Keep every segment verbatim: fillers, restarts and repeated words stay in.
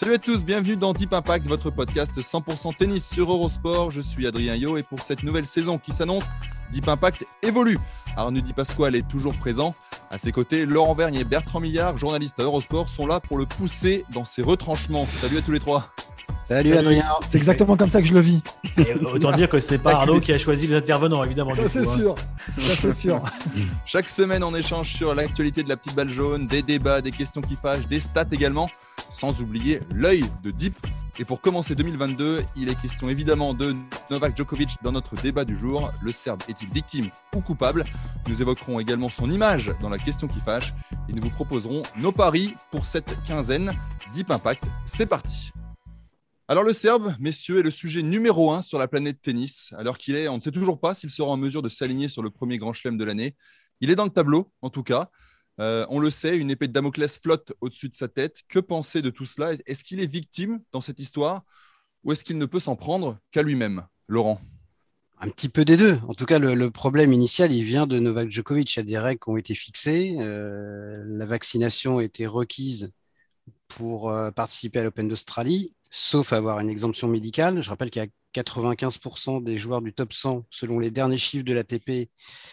Salut à tous, bienvenue dans Deep Impact, votre podcast cent pour cent tennis sur Eurosport. Je suis Adrien Yo et pour cette nouvelle saison qui s'annonce, Deep Impact évolue. Arnaud Di Pasquale est toujours présent. À ses côtés, Laurent Vergne et Bertrand Millard, journalistes à Eurosport, sont là pour le pousser dans ses retranchements. Salut à tous les trois. Salut, Salut Adrien. C'est exactement comme ça que je le vis. Et autant dire que c'est pas Arnaud qui a choisi les intervenants, évidemment. Ça, c'est sûr. Ça, c'est sûr. Chaque semaine, on échange sur l'actualité de la petite balle jaune, des débats, des questions qui fâchent, des stats également, sans oublier l'œil de Deep. Et pour commencer deux mille vingt-deux, il est question évidemment de Novak Djokovic dans notre débat du jour. Le Serbe est-il victime ou coupable ? Nous évoquerons également son image dans la question qui fâche et nous vous proposerons nos paris pour cette quinzaine. Deep Impact, c'est parti. Alors le Serbe, messieurs, est le sujet numéro un sur la planète tennis. À l'heure qu'il est, on ne sait toujours pas s'il sera en mesure de s'aligner sur le premier grand chelem de l'année. Il est dans le tableau, en tout cas. Euh, on le sait, une épée de Damoclès flotte au-dessus de sa tête. Que penser de tout cela ? Est-ce qu'il est victime dans cette histoire ou est-ce qu'il ne peut s'en prendre qu'à lui-même ? Laurent ? Un petit peu des deux. En tout cas, le, le problème initial, il vient de Novak Djokovic. Il y a des règles qui ont été fixées. Euh, la vaccination a été requise pour euh, participer à l'Open d'Australie, sauf avoir une exemption médicale. Je rappelle qu'il y a quatre-vingt-quinze pour cent des joueurs du top cent, selon les derniers chiffres de l'A T P,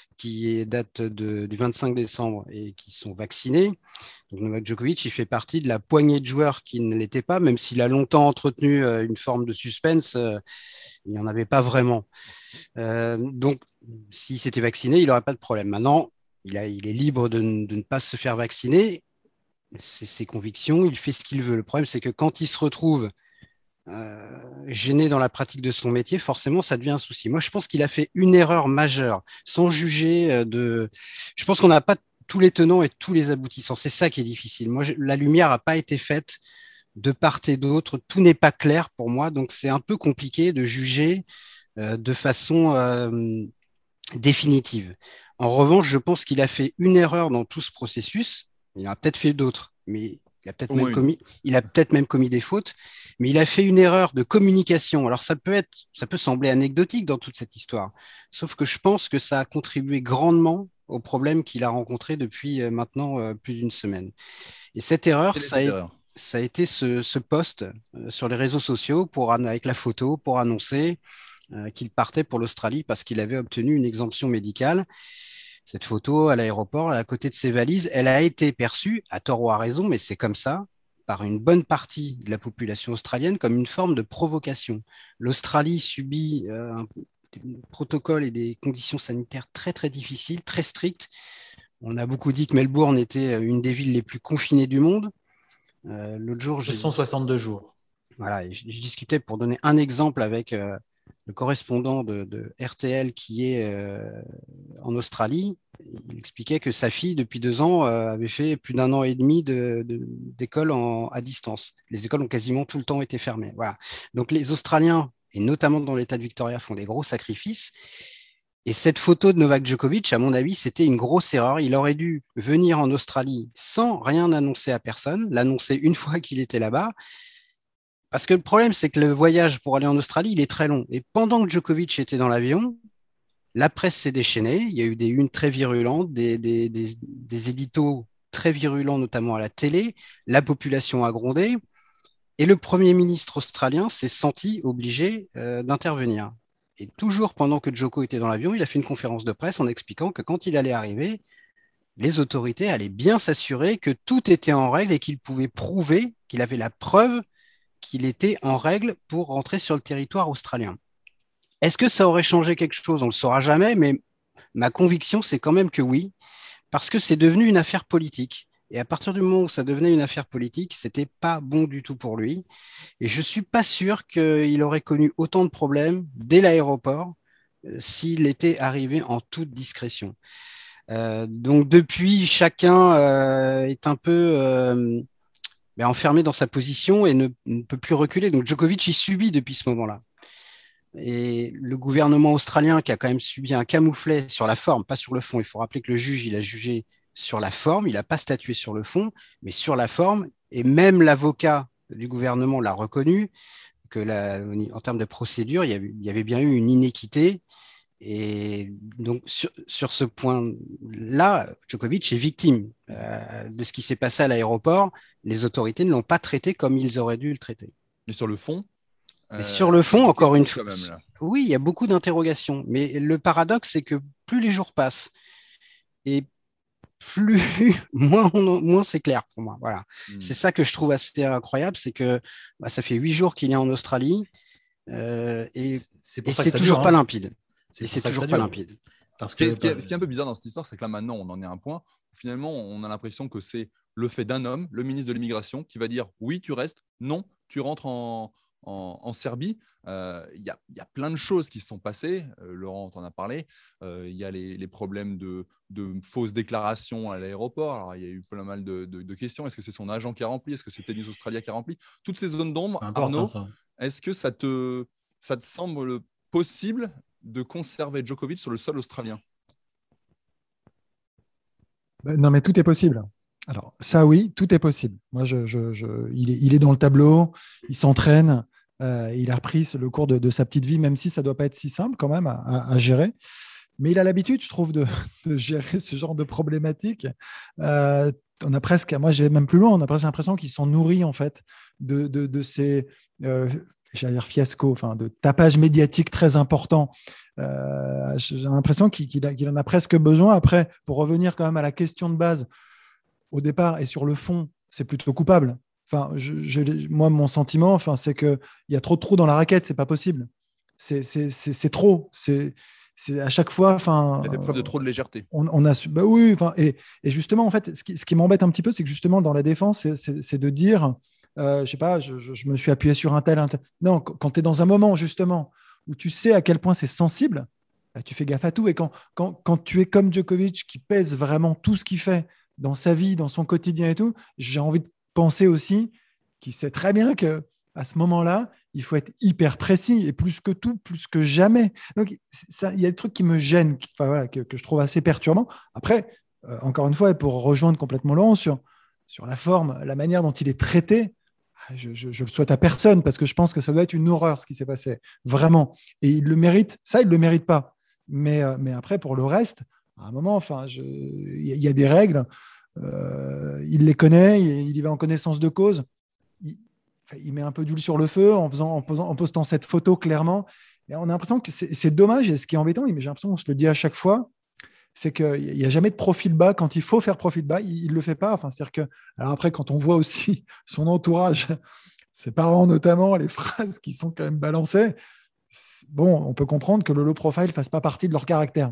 qui datent de, du vingt-cinq décembre et qui sont vaccinés. Donc Novak Djokovic, il fait partie de la poignée de joueurs qui ne l'étaient pas, même s'il a longtemps entretenu euh, une forme de suspense, euh, il n'y en avait pas vraiment. Euh, donc, s'il s'était vacciné, il n'aurait pas de problème. Maintenant, il, a, il est libre de, de ne pas se faire vacciner. C'est ses convictions, il fait ce qu'il veut. Le problème, c'est que quand il se retrouve euh, gêné dans la pratique de son métier, forcément, ça devient un souci. Moi, je pense qu'il a fait une erreur majeure, sans juger de... Je pense qu'on n'a pas tous les tenants et tous les aboutissants. C'est ça qui est difficile. Moi, je... la lumière n'a pas été faite de part et d'autre. Tout n'est pas clair pour moi, donc c'est un peu compliqué de juger euh, de façon euh, définitive. En revanche, je pense qu'il a fait une erreur dans tout ce processus. Il en a peut-être fait d'autres, mais il a peut-être même commis, il a peut-être même commis des fautes, mais il a fait une erreur de communication. Alors ça peut être, ça peut sembler anecdotique dans toute cette histoire, sauf que je pense que ça a contribué grandement au problème qu'il a rencontré depuis maintenant euh, plus d'une semaine. Et cette erreur, ça a, erreur ça a été ce, ce post euh, sur les réseaux sociaux pour, avec la photo pour annoncer euh, qu'il partait pour l'Australie parce qu'il avait obtenu une exemption médicale. Cette photo à l'aéroport, à côté de ses valises, elle a été perçue, à tort ou à raison, mais c'est comme ça, par une bonne partie de la population australienne comme une forme de provocation. L'Australie subit euh, un, un protocole et des conditions sanitaires très très difficiles, très strictes. On a beaucoup dit que Melbourne était une des villes les plus confinées du monde. Euh, l'autre jour, deux cent soixante-deux jours. Voilà, et je, je discutais pour donner un exemple avec euh, le correspondant de, de R T L qui est euh, en Australie. Il expliquait que sa fille, depuis deux ans, euh, avait fait plus d'un an et demi de, de, d'école en, à distance. Les écoles ont quasiment tout le temps été fermées. Voilà. Donc les Australiens, et notamment dans l'État de Victoria, font des gros sacrifices. Et cette photo de Novak Djokovic, à mon avis, c'était une grosse erreur. Il aurait dû venir en Australie sans rien annoncer à personne, l'annoncer une fois qu'il était là-bas. Parce que le problème, c'est que le voyage pour aller en Australie, il est très long. Et pendant que Djokovic était dans l'avion, la presse s'est déchaînée. Il y a eu des unes très virulentes, des, des, des, des éditos très virulents, notamment à la télé. La population a grondé. Et le Premier ministre australien s'est senti obligé euh, d'intervenir. Et toujours pendant que Djoko était dans l'avion, il a fait une conférence de presse en expliquant que quand il allait arriver, les autorités allaient bien s'assurer que tout était en règle et qu'il pouvait prouver qu'il avait la preuve qu'il était en règle pour rentrer sur le territoire australien. Est-ce que ça aurait changé quelque chose ? On ne le saura jamais, mais ma conviction, c'est quand même que oui, parce que c'est devenu une affaire politique. Et à partir du moment où ça devenait une affaire politique, c'était pas bon du tout pour lui. Et je suis pas sûr qu'il aurait connu autant de problèmes dès l'aéroport euh, s'il était arrivé en toute discrétion. Euh, donc depuis, chacun euh, est un peu... Euh, Ben, enfermé dans sa position et ne, ne peut plus reculer. Donc Djokovic, il subit depuis ce moment-là. Et le gouvernement australien, qui a quand même subi un camouflet sur la forme, pas sur le fond, il faut rappeler que le juge, il a jugé sur la forme, il n'a pas statué sur le fond, mais sur la forme, et même l'avocat du gouvernement l'a reconnu, que la, en termes de procédure, il y, avait, il y avait bien eu une inéquité Et donc, sur, sur ce point-là, Djokovic est victime euh, de ce qui s'est passé à l'aéroport. Les autorités ne l'ont pas traité comme ils auraient dû le traiter. Mais sur le fond, Mais euh, sur le fond, il y a des encore une questions fois, quand même, là. oui, il y a beaucoup d'interrogations. Mais le paradoxe, c'est que plus les jours passent et plus, moins, on- moins c'est clair pour moi. Voilà. Hmm. C'est ça que je trouve assez incroyable, c'est que bah, ça fait huit jours qu'il est en Australie euh, et, C'est- C'est et pour ça que c'est ça toujours dure. pas hein. limpide. C'est Et pour c'est ça que toujours ça pas dure. limpide. Parce Ce qui est, que ce qui est- ce qui est un peu bizarre dans cette histoire, c'est que là maintenant, on en est à un point où finalement, on a l'impression que c'est le fait d'un homme, le ministre de l'immigration, qui va dire oui, tu restes, non, tu rentres en, en, en Serbie. Euh, Il y, a, il y a plein de choses qui se sont passées. Euh, Laurent t'en a parlé. Euh, Il y a les, les problèmes de, de fausses déclarations à l'aéroport. Alors, il y a eu pas mal de, de- de questions. Est-ce que c'est son agent qui a rempli? Est-ce que c'est Tennis Australia qui a rempli? Toutes ces zones d'ombre, peu importe, hein, Arnaud, ça. est-ce que ça te, ça te semble possible de conserver Djokovic sur le sol australien? Ben, non, mais tout est possible. Alors, ça, oui, tout est possible. Moi, je, je, je- il, est, il est dans le tableau, il s'entraîne, euh, il a repris le cours de, de sa petite vie, même si ça ne doit pas être si simple quand même à, à- à gérer. Mais il a l'habitude, je trouve, de, de gérer ce genre de problématiques. Euh, on a presque, moi, je vais même plus loin, on a presque l'impression qu'ils sont nourris, en fait, de, de, de ces, euh, j'allais dire fiascos, enfin, de tapage médiatique très important. Euh, j'ai l'impression qu'il qu'il a- qu'il en a presque besoin. Après, pour revenir quand même à la question de base, au départ et sur le fond, c'est plutôt coupable. Enfin, je, je- moi, mon sentiment, enfin, c'est qu'il y a trop de trous dans la raquette, c'est pas possible. C'est c'est- c'est- c'est trop. C'est c'est à chaque fois, enfin, Il a fait preuve de trop de légèreté. on, on a su, bah oui, enfin, et, et justement, en fait, ce qui, ce qui m'embête un petit peu, c'est que justement, dans la défense, c'est- c'est c'est de dire, euh, je sais pas, je, je- je me suis appuyé sur un tel, un tel. Non, quand, quand tu es dans un moment, justement, où tu sais à quel point c'est sensible, bah, tu fais gaffe à tout. Et quand, quand, quand tu es comme Djokovic, qui pèse vraiment tout ce qu'il fait dans sa vie, dans son quotidien et tout, j'ai envie de penser aussi qu'il sait très bien que à ce moment-là, il faut être hyper précis et plus que tout, plus que jamais. Donc, ça, il y a des trucs qui me gênent, qui- enfin, voilà, que, que je trouve assez perturbants. Après, euh, encore une fois, et pour rejoindre complètement Laurent sur, sur la forme, la manière dont il est traité, ah, je, je, je le souhaite à personne parce que je pense que ça doit être une horreur ce qui s'est passé, vraiment. Et il le mérite, ça, il ne le mérite pas. Mais, euh, mais après, pour le reste, à un moment, enfin, je- il y, a- il y a des règles, euh, il les connaît, il, il y va en connaissance de cause. Il, enfin, il met un peu d'huile sur le feu en, faisant, en, posant, en postant cette photo clairement. Et on a l'impression que c'est c'est dommage. Et ce qui est embêtant, mais j'ai l'impression qu'on se le dit à chaque fois, c'est qu'il n'y a jamais de profil bas. Quand il faut faire profil bas, il ne le fait pas. Enfin, c'est-à-dire que, alors après, quand on voit aussi son entourage, ses parents notamment, les phrases qui sont quand même balancées, bon, on peut comprendre que le low profile ne fasse pas partie de leur caractère.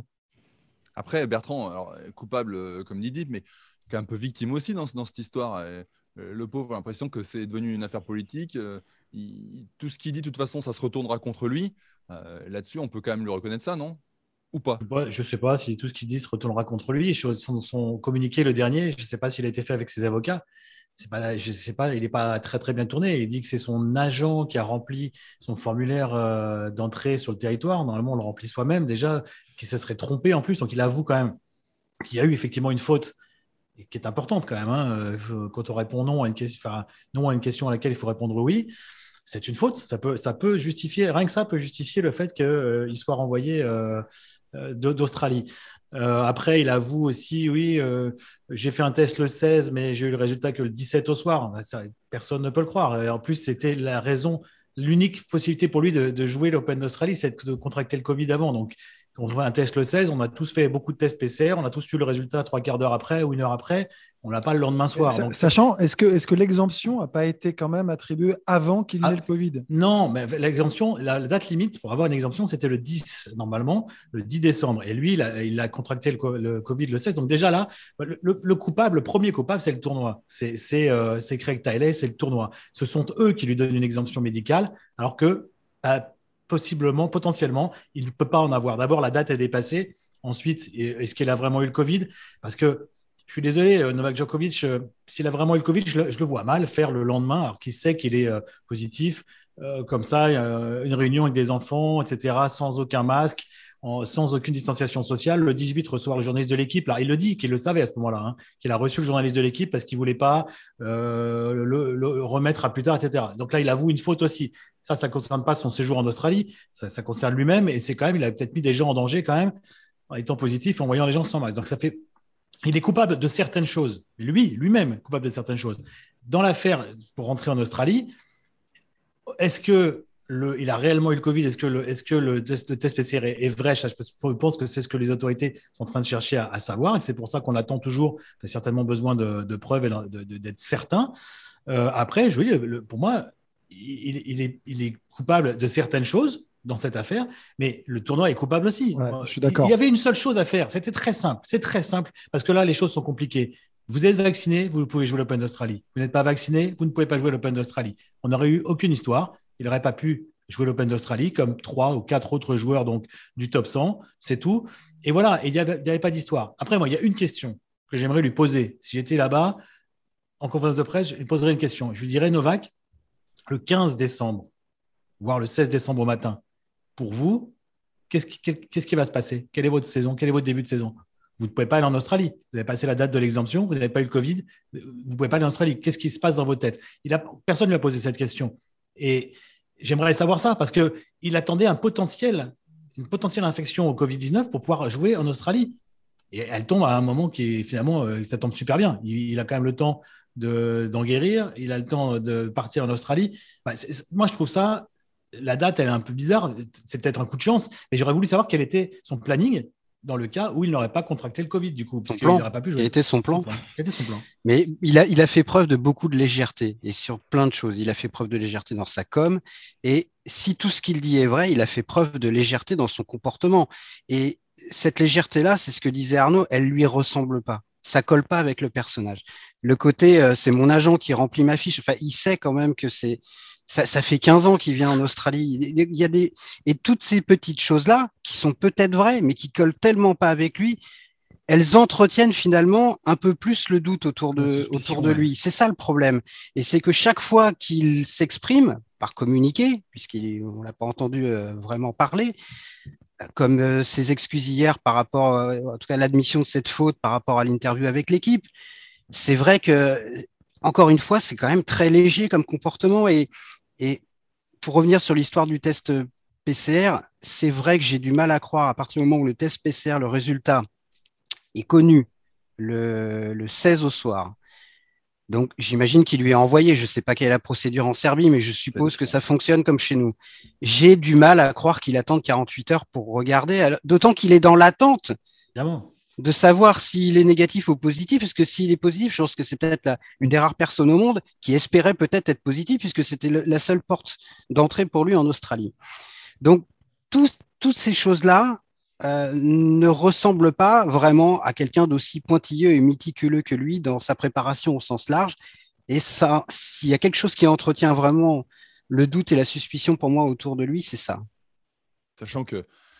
Après, Bertrand, alors, coupable, euh, comme dit Deep, mais qui est un peu victime aussi dans, dans cette histoire. Euh, le pauvre a l'impression que c'est devenu une affaire politique. Euh, il- tout ce qu'il dit, de toute façon, ça se retournera contre lui. Euh, là-dessus, on peut quand même lui reconnaître ça, non? Ou pas? Ouais, je ne sais pas si tout ce qu'il dit se retournera contre lui. Sur son, son communiqué, le dernier, je ne sais pas s'il a été fait avec ses avocats. C'est pas, je sais pas, il n'est pas très très bien tourné. Il dit que c'est son agent qui a rempli son formulaire euh, d'entrée sur le territoire. Normalement, on le remplit soi-même déjà, qui se serait trompé en plus. Donc, il avoue quand même qu'il y a eu effectivement une faute et qui est importante quand même. Hein. Euh, Quand on répond non à une question, enfin, non à une question à laquelle il faut répondre oui, c'est une faute. Ça peut, ça peut justifier, rien que ça peut justifier le fait qu'il euh, soit renvoyé euh, euh, d'Australie. Euh, après, il avoue aussi, oui, euh, j'ai fait un test le seize, mais j'ai eu le résultat que le dix-sept au soir. Ça, personne ne peut le croire. Et en plus, c'était la raison, l'unique possibilité pour lui de, de jouer l'Open d'Australie, c'est de contracter le Covid avant. Donc, quand on fait un test le seize, on a tous fait beaucoup de tests P C R, on a tous eu le résultat trois quarts d'heure après ou une heure après. On l'a pas le lendemain soir. Donc, Sachant, est-ce que, est-ce que l'exemption n'a pas été quand même attribuée avant qu'il ah, n'ait le Covid? Non, mais l'exemption, la, la date limite pour avoir une exemption, c'était le dix, normalement, le dix décembre. Et lui, il a, il a contracté le, le Covid le seize. Donc déjà là, le, le, le coupable, le premier coupable, c'est le tournoi. C'est euh, Craig Tiley, c'est le tournoi. Ce sont eux qui lui donnent une exemption médicale, alors que euh, possiblement, potentiellement, il ne peut pas en avoir. D'abord, la date est dépassée. Ensuite, est-ce qu'il a vraiment eu le Covid? Parce que je suis désolé, Novak Djokovic, euh, s'il a vraiment eu le Covid, je le, je le vois mal faire le lendemain, alors qu'il sait qu'il est euh, positif, euh, comme ça, euh, une réunion avec des enfants, et cetera, sans aucun masque, en, sans aucune distanciation sociale. Le dix-huit, recevoir le journaliste de l'équipe. Là, il le dit, qu'il le savait à ce moment-là, hein, qu'il a reçu le journaliste de l'équipe parce qu'il ne voulait pas euh, le, le remettre à plus tard, et cetera. Donc là, il avoue une faute aussi. Ça, ça ne concerne pas son séjour en Australie, ça, ça concerne lui-même. Et c'est quand même, il a peut-être mis des gens en danger quand même, en étant positif, en voyant les gens sans masque. Donc, ça fait. Il est coupable de certaines choses. Lui, lui-même, coupable de certaines choses. Dans l'affaire, pour rentrer en Australie, est-ce que le, il a réellement eu le Covid? Est-ce que le, est-ce que le, test, le test P C R est, est vrai? Je pense que c'est ce que les autorités sont en train de chercher à, à savoir et que c'est pour ça qu'on attend toujours. Il a certainement besoin de, de preuves et de, de, d'être certain. Euh, après, je vous dis, le, pour moi, il, il, est, il est coupable de certaines choses dans cette affaire, mais le tournoi est coupable aussi. Ouais, je suis d'accord. Il y avait une seule chose à faire, c'était très simple, c'est très simple, parce que là, les choses sont compliquées. Vous êtes vacciné, vous pouvez jouer l'Open d'Australie. Vous n'êtes pas vacciné, vous ne pouvez pas jouer l'Open d'Australie. On n'aurait eu aucune histoire, il n'aurait pas pu jouer l'Open d'Australie comme trois ou quatre autres joueurs donc, du top cent, c'est tout. Et voilà, et il n'y avait, avait pas d'histoire. Après, moi, il y a une question que j'aimerais lui poser. Si j'étais là-bas, en conférence de presse, je lui poserais une question. Je lui dirais, Novak, le quinze décembre, voire le seize décembre au matin, pour vous, qu'est-ce qui, qu'est-ce qui va se passer? Quelle est votre saison? Quel est votre début de saison? Vous ne pouvez pas aller en Australie. Vous avez passé la date de l'exemption, vous n'avez pas eu le Covid, vous ne pouvez pas aller en Australie. Qu'est-ce qui se passe dans votre tête? Il a, Personne ne lui a posé cette question. Et j'aimerais savoir ça parce qu'il attendait un potentiel, une potentielle infection au Covid dix-neuf pour pouvoir jouer en Australie. Et elle tombe à un moment qui est finalement, euh, ça tombe super bien. Il, il a quand même le temps de, d'en guérir, il a le temps de partir en Australie. Bah, c'est, c'est, moi, je trouve ça, la date, elle est un peu bizarre. C'est peut-être un coup de chance, mais j'aurais voulu savoir quel était son planning dans le cas où il n'aurait pas contracté le Covid, du coup, parce qu'il n'aurait pas pu jouer. Quel était son plan, son plan. Quel était son plan. Mais il a, il a fait preuve de beaucoup de légèreté, et sur plein de choses. Il a fait preuve de légèreté dans sa com, et si tout ce qu'il dit est vrai, il a fait preuve de légèreté dans son comportement. Et cette légèreté-là, c'est ce que disait Arnaud, elle lui ressemble pas. Ça colle pas avec le personnage. Le côté, euh, c'est mon agent qui remplit ma fiche. Enfin, il sait quand même que c'est, ça, ça fait quinze ans qu'il vient en Australie. Il y a des, et toutes ces petites choses-là, qui sont peut-être vraies, mais qui collent tellement pas avec lui, elles entretiennent finalement un peu plus le doute autour de, autour de lui. Ouais. C'est ça le problème. Et c'est que chaque fois qu'il s'exprime, par communiqué, puisqu'on l'a pas entendu euh, vraiment parler, comme euh, ses excuses hier par rapport, euh, en tout cas l'admission de cette faute par rapport à l'interview avec l'équipe, c'est vrai que, encore une fois, c'est quand même très léger comme comportement. Et, et pour revenir sur l'histoire du test P C R, c'est vrai que j'ai du mal à croire à partir du moment où le test P C R, le résultat est connu le, le seize au soir. Donc, j'imagine qu'il lui a envoyé, je ne sais pas quelle est la procédure en Serbie, mais je suppose que ça fonctionne comme chez nous. J'ai du mal à croire qu'il attende quarante-huit heures pour regarder, d'autant qu'il est dans l'attente Évidemment. de savoir s'il est négatif ou positif, parce que s'il est positif, je pense que c'est peut-être la, une des rares personnes au monde qui espérait peut-être être positif, puisque c'était le, la seule porte d'entrée pour lui en Australie. Donc, tout, toutes ces choses-là, Euh, ne ressemble pas vraiment à quelqu'un d'aussi pointilleux et méticuleux que lui dans sa préparation au sens large. Et ça, s'il y a quelque chose qui entretient vraiment le doute et la suspicion pour moi autour de lui, c'est ça. Sachant que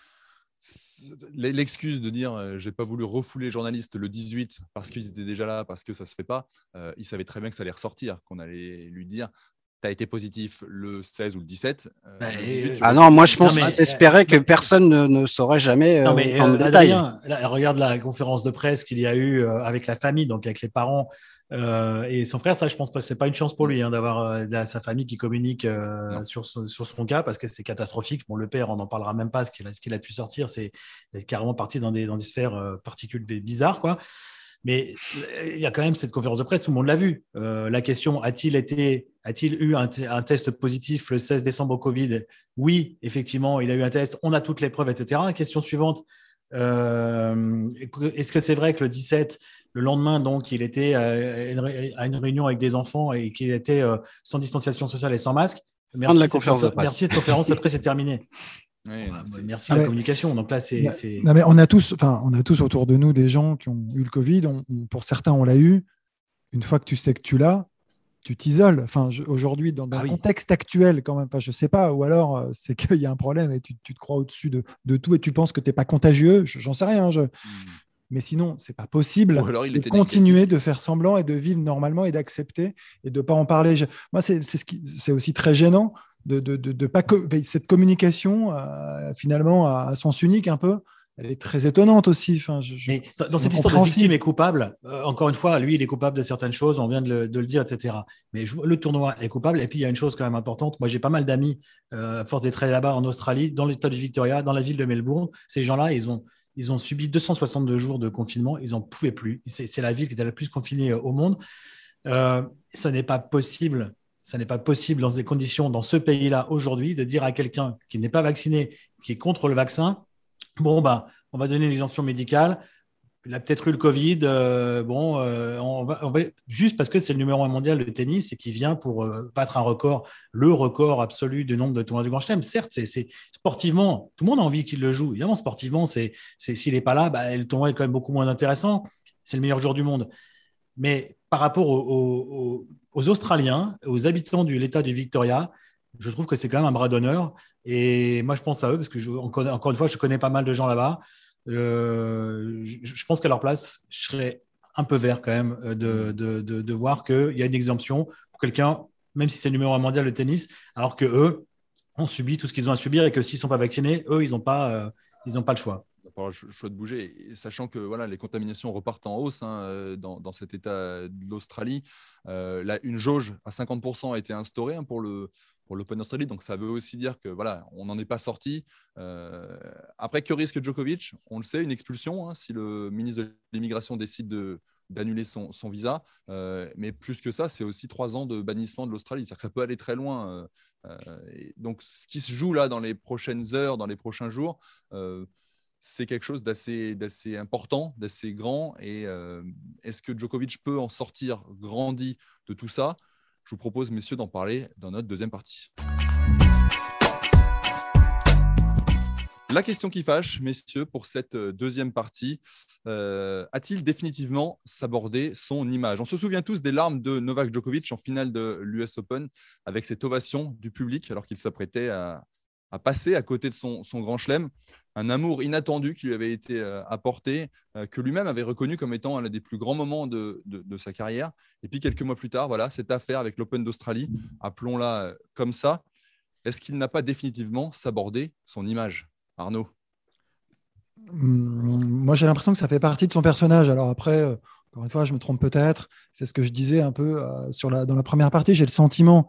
l'excuse de dire euh, j'ai pas voulu refouler les journalistes le dix-huit parce qu'ils étaient déjà là, parce que ça se fait pas, euh, il savait très bien que ça allait ressortir, qu'on allait lui dire tu as été positif le seize ou le dix-sept. Euh, bah, le dix-huit, ah non, moi je pense non, qu'il espérait que personne ne, ne saurait jamais non, mais, euh, en euh, détail. Adrien, là, regarde la conférence de presse qu'il y a eu euh, avec la famille, donc avec les parents euh, et son frère. Ça, je pense que c'est pas une chance pour lui hein, d'avoir euh, sa famille qui communique euh, sur, son, sur son cas, parce que c'est catastrophique. Bon, le père, on n'en parlera même pas. Ce qu'il a, ce qu'il a pu sortir, c'est carrément parti dans des, dans des sphères euh, particulières bizarres, quoi. Mais il y a quand même cette conférence de presse, tout le monde l'a vu. Euh, la question, a-t-il été, a-t-il eu un, t- un test positif le seize décembre au Covid? Oui, effectivement, il a eu un test. On a toutes les preuves, et cetera. Question suivante, euh, est-ce que c'est vrai que le dix-sept, le lendemain, donc, il était à une réunion avec des enfants et qu'il était sans distanciation sociale et sans masque? Merci, la conférence cette, de presse. merci cette conférence, après c'est terminé. Oui, non, merci à la communication. Donc là, c'est, non, c'est... Non, mais on a tous, enfin, on a tous autour de nous des gens qui ont eu le Covid. On, on, pour certains, on l'a eu. Une fois que tu sais que tu l'as, tu t'isoles. Enfin, je, aujourd'hui, dans, dans ah, le oui. contexte actuel, quand même, pas, je sais pas. Ou alors, euh, c'est qu'il y a un problème et tu, tu te crois au-dessus de, de tout et tu penses que tu n'es pas contagieux. Je, j'en sais rien. Je... Hmm. Mais sinon, c'est pas possible de continuer négatif. de faire semblant et de vivre normalement et d'accepter et de pas en parler. Je... Moi, c'est, c'est, ce qui, c'est aussi très gênant. De, de, de, de pas co- cette communication euh, finalement à, à sens unique un peu elle est très étonnante aussi. Enfin, je, je, Mais dans cette histoire de victime et coupable, euh, encore une fois, lui, il est coupable de certaines choses, on vient de le, de le dire, et cetera. Mais je, le tournoi est coupable. Et puis, il y a une chose quand même importante. Moi, j'ai pas mal d'amis, euh, à force d'être allé là-bas en Australie, dans l'État du Victoria, dans la ville de Melbourne. Ces gens-là, ils ont, ils ont subi deux cent soixante-deux jours de confinement. Ils n'en pouvaient plus. C'est, c'est la ville qui était la plus confinée au monde. Euh, ça n'est pas possible. Ça n'est pas possible dans ces conditions, dans ce pays-là aujourd'hui, de dire à quelqu'un qui n'est pas vacciné, qui est contre le vaccin, bon, bah, on va donner l'exemption médicale. Il a peut-être eu le Covid. Euh, bon, euh, on va, on va, juste parce que c'est le numéro un mondial de tennis et qu'il vient pour euh, battre un record, le record absolu du nombre de tournois du Grand Chelem. Certes, c'est, c'est sportivement, tout le monde a envie qu'il le joue. Évidemment, sportivement, c'est, c'est, s'il n'est pas là, bah, le tournoi est quand même beaucoup moins intéressant. C'est le meilleur joueur du monde. Mais par rapport aux, aux, aux Australiens, aux habitants de l'État du Victoria, je trouve que c'est quand même un bras d'honneur. Et moi, je pense à eux parce que, je, encore, encore une fois, je connais pas mal de gens là-bas. Euh, je, je pense qu'à leur place, je serais un peu vert quand même de, de, de, de voir qu'il y a une exemption pour quelqu'un, même si c'est le numéro un mondial de tennis, alors qu'eux ont subi tout ce qu'ils ont à subir et que s'ils ne sont pas vaccinés, eux, ils n'ont pas, euh, ils n'ont pas le choix. Le choix de bouger, sachant que voilà, les contaminations repartent en hausse hein, dans, dans cet état de l'Australie. Euh, là, une jauge à cinquante pour cent a été instaurée hein, pour le pour l'Open Australie, donc ça veut aussi dire que voilà, on n'en est pas sorti. Euh, après, que risque Djokovic? On le sait, une expulsion hein, si le ministre de l'immigration décide de d'annuler son, son visa, euh, mais plus que ça, c'est aussi trois ans de bannissement de l'Australie. C'est-à-dire que ça peut aller très loin. Euh, et donc, ce qui se joue là dans les prochaines heures, dans les prochains jours. Euh, c'est quelque chose d'assez, d'assez important, d'assez grand. Et euh, est-ce que Djokovic peut en sortir grandi de tout ça? Je vous propose, messieurs, d'en parler dans notre deuxième partie. La question qui fâche, messieurs, pour cette deuxième partie, euh, a-t-il définitivement sabordé son image? On se souvient tous des larmes de Novak Djokovic en finale de l'U S Open avec cette ovation du public alors qu'il s'apprêtait à, à passer à côté de son, son grand chelem. Un amour inattendu qui lui avait été euh, apporté, euh, que lui-même avait reconnu comme étant l'un des plus grands moments de, de, de sa carrière. Et puis quelques mois plus tard, voilà, cette affaire avec l'Open d'Australie, appelons-la euh, comme ça. Est-ce qu'il n'a pas définitivement sabordé son image, Arnaud? Moi, j'ai l'impression que ça fait partie de son personnage. Alors après, euh, encore une fois, je me trompe peut-être. C'est ce que je disais un peu euh, sur la, dans la première partie. J'ai le sentiment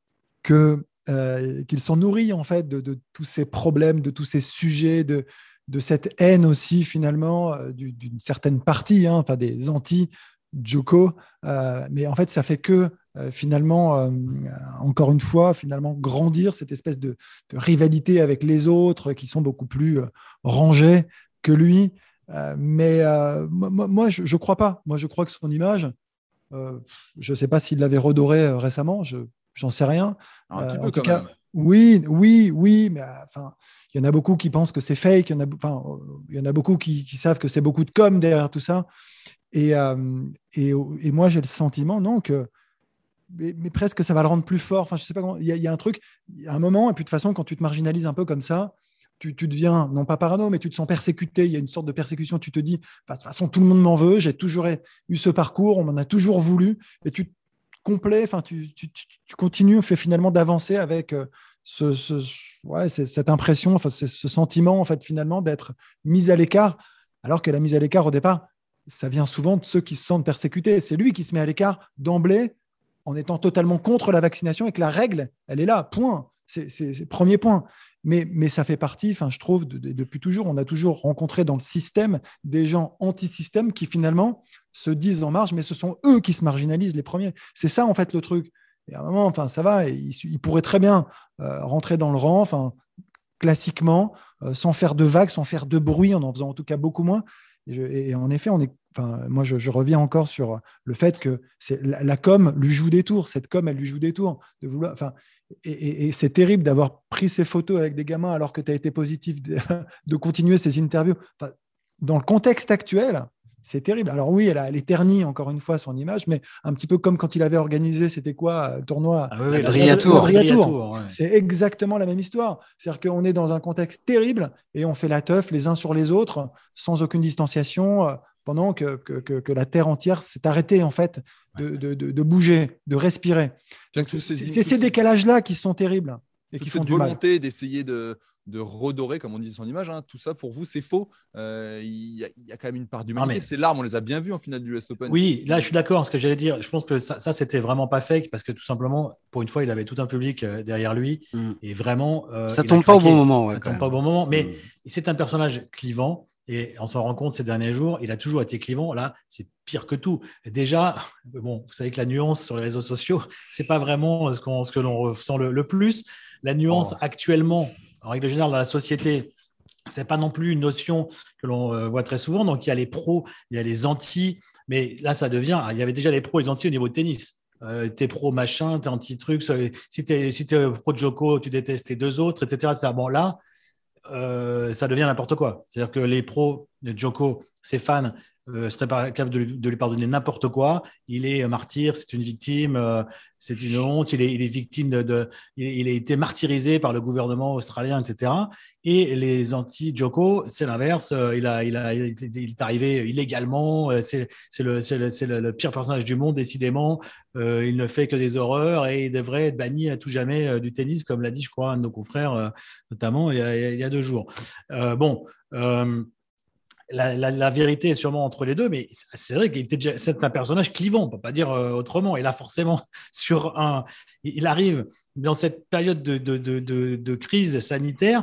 que Euh, qu'ils sont nourris en fait de, de tous ces problèmes, de tous ces sujets, de, de cette haine aussi finalement euh, d'une certaine partie, hein, enfin des anti-Djoko. Euh, mais en fait, ça fait que euh, finalement, euh, encore une fois, finalement grandir cette espèce de, de rivalité avec les autres qui sont beaucoup plus euh, rangés que lui. Euh, mais euh, moi, moi, je ne crois pas. Moi, je crois que son image, euh, je ne sais pas s'il l'avait redorée euh, récemment. Je J'en sais rien. Un petit euh, peu en tout quand cas, même. oui, oui, oui, mais enfin, il y en a beaucoup qui pensent que c'est fake. Il y en a, enfin, il y en a beaucoup qui, qui savent que c'est beaucoup de com derrière tout ça. Et, euh, et, et moi, j'ai le sentiment, non, que mais, mais presque ça va le rendre plus fort. Enfin, je sais pas comment. Il y, a, il y a un truc, il y a un moment, et puis de toute façon, quand tu te marginalises un peu comme ça, tu, tu deviens non pas parano, mais tu te sens persécuté. Il y a une sorte de persécution. Tu te dis, de toute façon, tout le monde m'en veut. J'ai toujours eu ce parcours. On m'en a toujours voulu. Et tu complet, enfin, tu, tu, tu continues, fait finalement d'avancer avec euh, ce, ce, ouais, cette impression, enfin, ce sentiment en fait finalement d'être mis à l'écart, alors que la mise à l'écart au départ, ça vient souvent de ceux qui se sentent persécutés. C'est lui qui se met à l'écart d'emblée en étant totalement contre la vaccination et que la règle, elle est là, point. C'est le premier point. Mais, mais ça fait partie, enfin, je trouve, de, de, depuis toujours, on a toujours rencontré dans le système des gens anti-système qui finalement se disent en marge, mais ce sont eux qui se marginalisent les premiers. C'est ça, en fait, le truc. Et à un moment, enfin, ça va, ils il pourraient très bien euh, rentrer dans le rang, enfin, classiquement, euh, sans faire de vagues, sans faire de bruit, en en faisant en tout cas beaucoup moins. Et, je, et en effet, on est, enfin, moi, je, je reviens encore sur le fait que c'est, la, la com lui joue des tours. Cette com, elle lui joue des tours. De vouloir, enfin, et, et, et c'est terrible d'avoir pris ces photos avec des gamins alors que tu as été positif, de, de continuer ces interviews. Enfin, dans le contexte actuel, c'est terrible. Alors oui, elle, a, elle est ternie, encore une fois, son image, mais un petit peu comme quand il avait organisé, c'était quoi, le tournoi ah oui, Adria Tour. Ouais. C'est exactement la même histoire. C'est-à-dire qu'on est dans un contexte terrible et on fait la teuf les uns sur les autres, sans aucune distanciation, pendant que, que, que, que la Terre entière s'est arrêtée, en fait, de, de, de, de bouger, de respirer. C'est ces, ces décalages-là qui sont terribles. Et Toute qui cette font du volonté mal. d'essayer de, de redorer, comme on dit, son image. Hein. Tout ça, pour vous, c'est faux. Euh, il, y a, il y a quand même une part d'humanité. Mais... Ces larmes, on les a bien vues en finale du U S Open. Oui, là, je suis d'accord. Ce que j'allais dire, je pense que ça, ça c'était vraiment pas fake parce que tout simplement, pour une fois, il avait tout un public derrière lui mm. et vraiment. Euh, ça tombe pas au bon moment. Ouais, ça tombe pas au bon moment, mais mm. c'est un personnage clivant. Et on s'en rend compte ces derniers jours, il a toujours été clivant. Là, c'est pire que tout. Déjà, bon, vous savez que la nuance sur les réseaux sociaux, c'est pas vraiment ce, qu'on, ce que l'on ressent le, le plus. La nuance oh. actuellement, en règle générale, dans la société, c'est pas non plus une notion que l'on euh, voit très souvent. Donc, il y a les pros, il y a les anti. Mais là, ça devient. Il y avait déjà les pros et les anti au niveau de tennis. Euh, t'es pro machin, t'es anti-truc. Si t'es, si t'es pro de Djoko, tu détestes les deux autres, et cetera et cetera. Bon, là, Euh, ça devient n'importe quoi. C'est-à-dire que les pros de Djoko, ses fans, euh, seraient pas capables de, de lui pardonner n'importe quoi. Il est martyr, c'est une victime, euh, c'est une honte. Il est, il est victime de, de il, il a été martyrisé par le gouvernement australien, et cetera. Et les anti-Djoko, c'est l'inverse. Euh, il, a, il, a, il, il est arrivé illégalement. Euh, c'est, c'est, le, c'est, le, c'est le, le pire personnage du monde, décidément. Euh, il ne fait que des horreurs et il devrait être banni à tout jamais euh, du tennis, comme l'a dit, je crois, un de nos confrères, euh, notamment il y, a, il y a deux jours. Euh, bon. Euh, La, la, la vérité est sûrement entre les deux, mais c'est vrai qu'il était déjà, c'est un personnage clivant, on ne peut pas dire euh, autrement. Et là, forcément, sur un, il arrive dans cette période de, de, de, de, de crise sanitaire